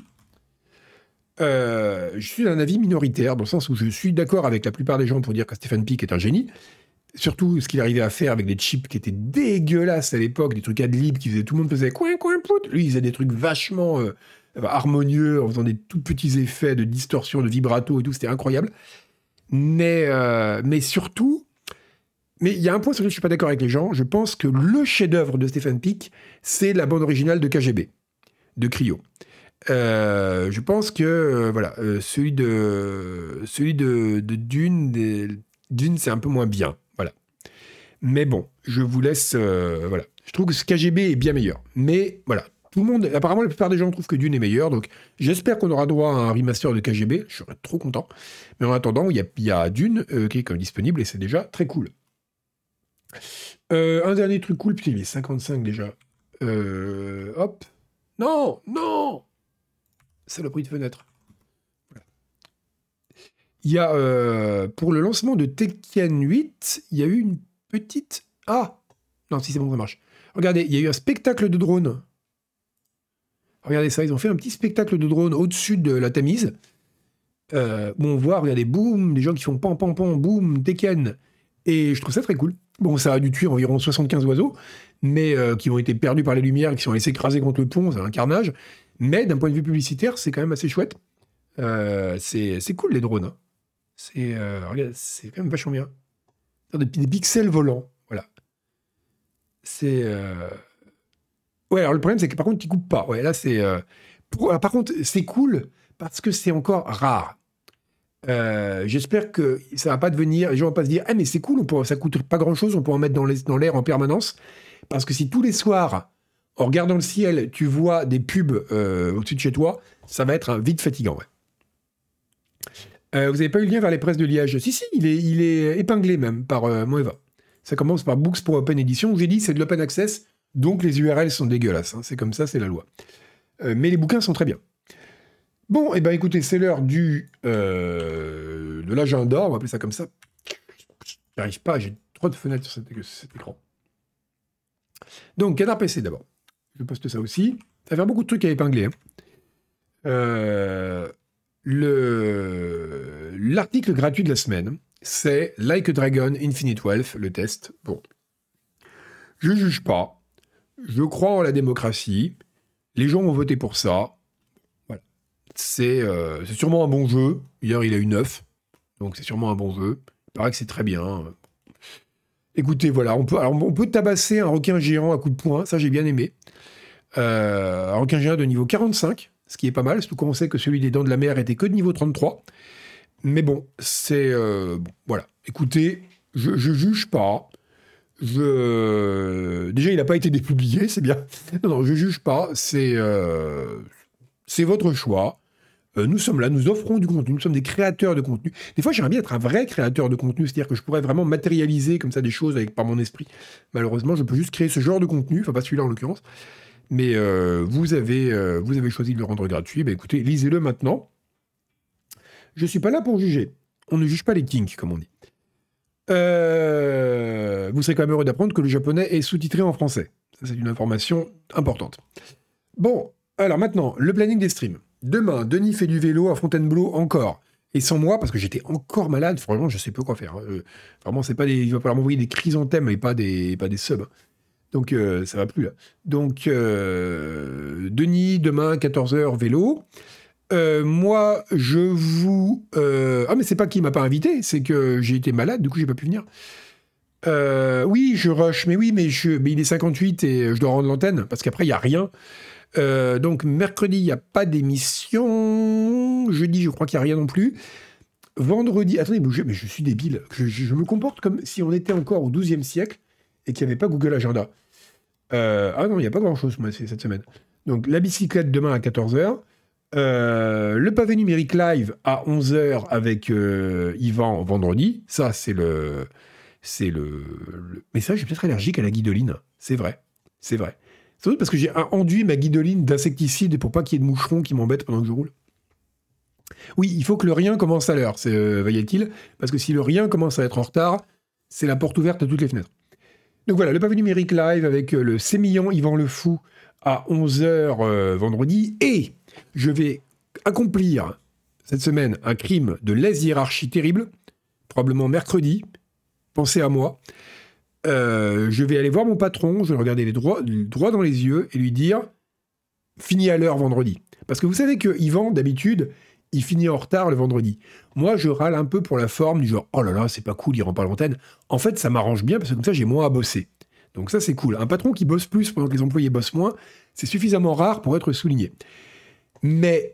d'un avis minoritaire, dans le sens où je suis d'accord avec la plupart des gens pour dire que Stéphane Pic est un génie. Surtout ce qu'il arrivait à faire avec des chips qui étaient dégueulasses à l'époque, des trucs ad lib qui faisaient, tout le monde faisait coin coin pout. Lui, il faisait des trucs vachement harmonieux en faisant des tout petits effets de distorsion, de vibrato et tout, c'était incroyable. Mais surtout, mais il y a un point sur lequel je suis pas d'accord avec les gens. Je pense que le chef-d'œuvre de Stéphane Pic, c'est la bande originale de KGB, de Cryo. Je pense que celui de Dune, c'est un peu moins bien. Voilà. Mais bon, je vous laisse. Voilà. Je trouve que ce KGB est bien meilleur. Mais voilà. Tout le monde, apparemment, la plupart des gens trouvent que Dune est meilleur. Donc, j'espère qu'on aura droit à un remaster de KGB. Je serais trop content. Mais en attendant, il y a Dune qui est quand même disponible et c'est déjà très cool. Un dernier truc cool. Putain, il est 55 déjà. Hop. Non. Saloperie de fenêtre. Voilà. Il y a, pour le lancement de Tekken 8, il y a eu une petite... Ah! Non, si c'est bon, ça marche. Regardez, il y a eu un spectacle de drone. Regardez ça, ils ont fait un petit spectacle de drone au-dessus de la Tamise. Où on voit, regardez, boum, des gens qui font pan, pan, pan, boum, Tekken. Et je trouve ça très cool. Bon, ça a dû tuer environ 75 oiseaux, mais qui ont été perdus par les lumières, qui sont laissés écraser contre le pont, c'est un carnage. Mais d'un point de vue publicitaire, c'est quand même assez chouette. C'est cool, les drones. Hein. Regarde, c'est quand même vachement bien. Des pixels volants, voilà. C'est... Ouais, alors le problème, c'est que par contre, tu coupes pas. Ouais, là, c'est... alors, par contre, c'est cool parce que c'est encore rare. J'espère que ça va pas devenir... Les gens vont pas se dire, ah, mais c'est cool, ça coûte pas grand-chose, on peut en mettre dans l'air en permanence. Parce que si tous les soirs, en regardant le ciel, tu vois des pubs au-dessus de chez toi, ça va être vite fatigant, ouais. Vous n'avez pas eu le lien vers les presses de Liège? Si, il est épinglé même par Moeva. Ça commence par Books pour Open Edition. J'ai dit c'est de l'open access, donc les URL sont dégueulasses. Hein. C'est comme ça, c'est la loi. Mais les bouquins sont très bien. Bon, et ben écoutez, c'est l'heure de l'agenda, on va appeler ça comme ça. J'arrive pas, j'ai trop de fenêtres sur cet écran. Donc, Canard PC d'abord. Je poste ça aussi. Ça va faire beaucoup de trucs à épingler. Hein. L'article gratuit de la semaine, c'est Like a Dragon Infinite Wealth, le test. Bon. Je juge pas. Je crois en la démocratie. Les gens ont voté pour ça. Voilà. C'est sûrement un bon jeu. Hier, il a eu 9. Donc, c'est sûrement un bon jeu. Il paraît que c'est très bien. Écoutez, voilà. On peut tabasser un requin géant à coups de poing. Ça, j'ai bien aimé. Un requin géant de niveau 45. Ce qui est pas mal, surtout qu'on sait que celui des Dents de la Mer était que de niveau 33. Mais bon, c'est... bon, voilà. Écoutez, je juge pas. Déjà, il n'a pas été dépublié, c'est bien. Non, je juge pas. C'est votre choix. Nous sommes là, nous offrons du contenu. Nous sommes des créateurs de contenu. Des fois, j'aimerais bien être un vrai créateur de contenu, c'est-à-dire que je pourrais vraiment matérialiser comme ça des choses par mon esprit. Malheureusement, je peux juste créer ce genre de contenu, enfin pas celui-là en l'occurrence. Mais vous avez choisi de le rendre gratuit. Ben, écoutez, lisez-le maintenant. Je ne suis pas là pour juger. On ne juge pas les kinks, comme on dit. Vous serez quand même heureux d'apprendre que le japonais est sous-titré en français. Ça, c'est une information importante. Bon, alors maintenant, le planning des streams. Demain, Denis fait du vélo à Fontainebleau encore. Et sans moi, parce que j'étais encore malade, franchement, je ne sais pas quoi faire. Vraiment, il va falloir m'envoyer des chrysanthèmes et pas des subs. Donc, ça va plus, là. Donc, Denis, demain, 14h, vélo. Moi, je vous... Ah, mais c'est pas qu'il m'a pas invité, c'est que j'ai été malade, du coup, j'ai pas pu venir. Oui, je rush, mais oui, mais il est 58 et je dois rendre l'antenne, parce qu'après, il n'y a rien. Donc, mercredi, il n'y a pas d'émission. Jeudi, je crois qu'il n'y a rien non plus. Vendredi... Attendez, mais je suis débile. Je me comporte comme si on était encore au XIIe siècle et qu'il n'y avait pas Google Agenda. Ah non, il n'y a pas grand-chose, moi, cette semaine. Donc, la bicyclette demain à 14h. Le pavé numérique live à 11h avec Yvan vendredi. Ça, c'est le... Mais ça, je suis peut-être allergique à la guidoline. C'est vrai. C'est vrai. Sans doute parce que j'ai enduit ma guidoline d'insecticide pour pas qu'il y ait de moucherons qui m'embêtent pendant que je roule. Oui, il faut que le rien commence à l'heure, voyait-il. Parce que si le rien commence à être en retard, c'est la porte ouverte à toutes les fenêtres. Donc voilà, le pavé numérique live avec le sémillant Yvan le Fou à 11h vendredi. Et je vais accomplir cette semaine un crime de lèse-hiérarchie terrible, probablement mercredi. Pensez à moi. Je vais aller voir mon patron, je vais regarder les droits dans les yeux et lui dire « Fini à l'heure vendredi ». Parce que vous savez que Yvan, d'habitude, il finit en retard le vendredi. Moi, je râle un peu pour la forme, du genre « Oh là là, c'est pas cool, il rend pas l'antenne ». En fait, ça m'arrange bien parce que comme ça, j'ai moins à bosser. Donc ça, c'est cool. Un patron qui bosse plus pendant que les employés bossent moins, c'est suffisamment rare pour être souligné. Mais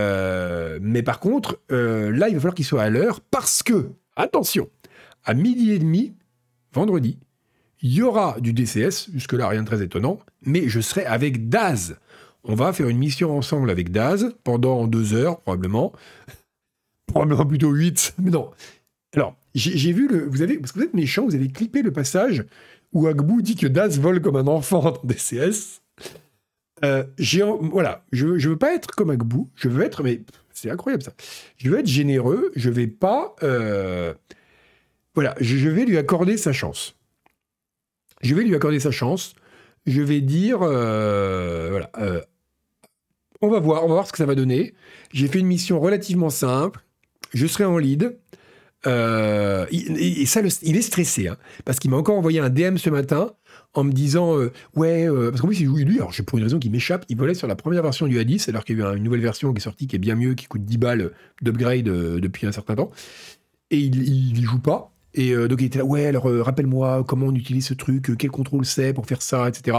par contre, là, il va falloir qu'il soit à l'heure parce que, attention, à 12h30, vendredi, il y aura du DCS, jusque-là, rien de très étonnant, mais je serai avec Daz. On va faire une mission ensemble avec Daz pendant 2 heures, probablement. Probablement plutôt 8, mais non. Alors, j'ai vu parce que vous êtes méchant, vous avez clippé le passage où Agbou dit que Daz vole comme un enfant dans DCS. Voilà, je veux pas être comme Agbou, je veux être, mais C'est incroyable ça. Je vais être généreux, je vais pas... voilà, je vais lui accorder sa chance. Je vais lui accorder sa chance. Je vais dire... voilà. On va voir ce que ça va donner. J'ai fait une mission relativement simple. Je serai en lead. Et ça, il est stressé, hein, parce qu'il m'a encore envoyé un DM ce matin en me disant parce qu'en plus lui, alors pour une raison qui m'échappe, il volait sur la première version du A10 alors qu'il y a eu une nouvelle version qui est sortie qui est bien mieux, qui coûte 10 balles d'upgrade depuis un certain temps, et il y joue pas, et donc il était là, alors rappelle-moi comment on utilise ce truc, quel contrôle c'est pour faire ça, etc.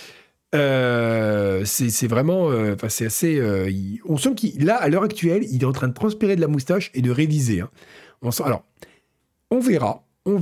C'est vraiment, c'est assez, on sent qu'il, là, à l'heure actuelle, il est en train de transpirer de la moustache et de réviser, hein. Alors, on verra. On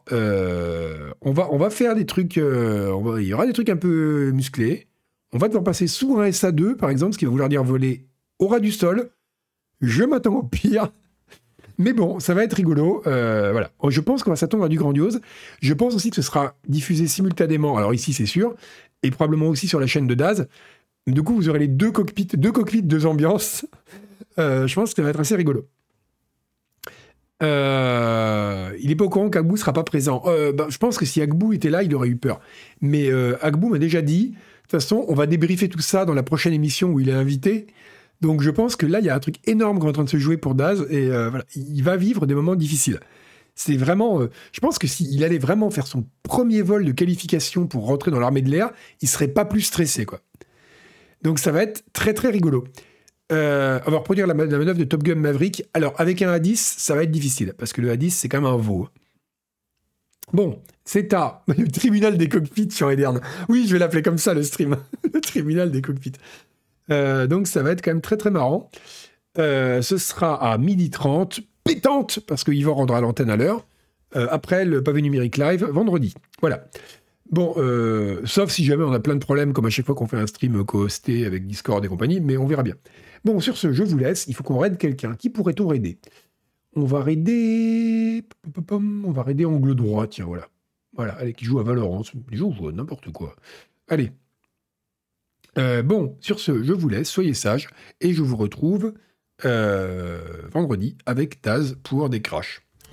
va faire des trucs. Il y aura des trucs un peu musclés. On va devoir passer sous un SA2, par exemple, ce qui va vouloir dire voler au ras du sol. Je m'attends au pire. Mais bon, ça va être rigolo. Voilà. Je pense qu'on va s'attendre à du grandiose. Je pense aussi que ce sera diffusé simultanément. Alors ici, c'est sûr. Et probablement aussi sur la chaîne de Daz. Du coup, vous aurez les deux cockpits, deux ambiances. Je pense que ça va être assez rigolo. Il n'est pas au courant qu'Agbou sera pas présent. Je pense que si Agbou était là, il aurait eu peur. Mais Agbou m'a déjà dit, de toute façon, on va débriefer tout ça dans la prochaine émission où il est invité. Donc je pense que là, il y a un truc énorme qui est en train de se jouer pour Daz. Et voilà, il va vivre des moments difficiles. C'est vraiment... je pense que s'il allait vraiment faire son premier vol de qualification pour rentrer dans l'armée de l'air, il serait pas plus stressé, quoi. Donc ça va être très très rigolo. On va reproduire la manœuvre de Top Gun Maverick. Alors, avec un A10, ça va être difficile, parce que le A10, c'est quand même un veau. Bon, c'est le tribunal des cockpits sur Edern. Oui, je vais l'appeler comme ça, le stream. Le tribunal des cockpits. Donc, ça va être quand même très, très marrant. Ce sera à 12h30, pétante, parce que Yvan rendra l'antenne à l'heure, après le pavé numérique live, vendredi. Voilà. Bon, sauf si jamais on a plein de problèmes, comme à chaque fois qu'on fait un stream co-hosté avec Discord et compagnie, mais on verra bien. Bon, sur ce, je vous laisse. Il faut qu'on raide quelqu'un. Qui pourrait-on raider ? On va raider Angle Droit, tiens, voilà. Voilà, allez, qui joue à Valorant. Les gens jouent à n'importe quoi. Allez. Bon, sur ce, je vous laisse. Soyez sages. Et je vous retrouve vendredi avec Taz pour des crashs. Salut !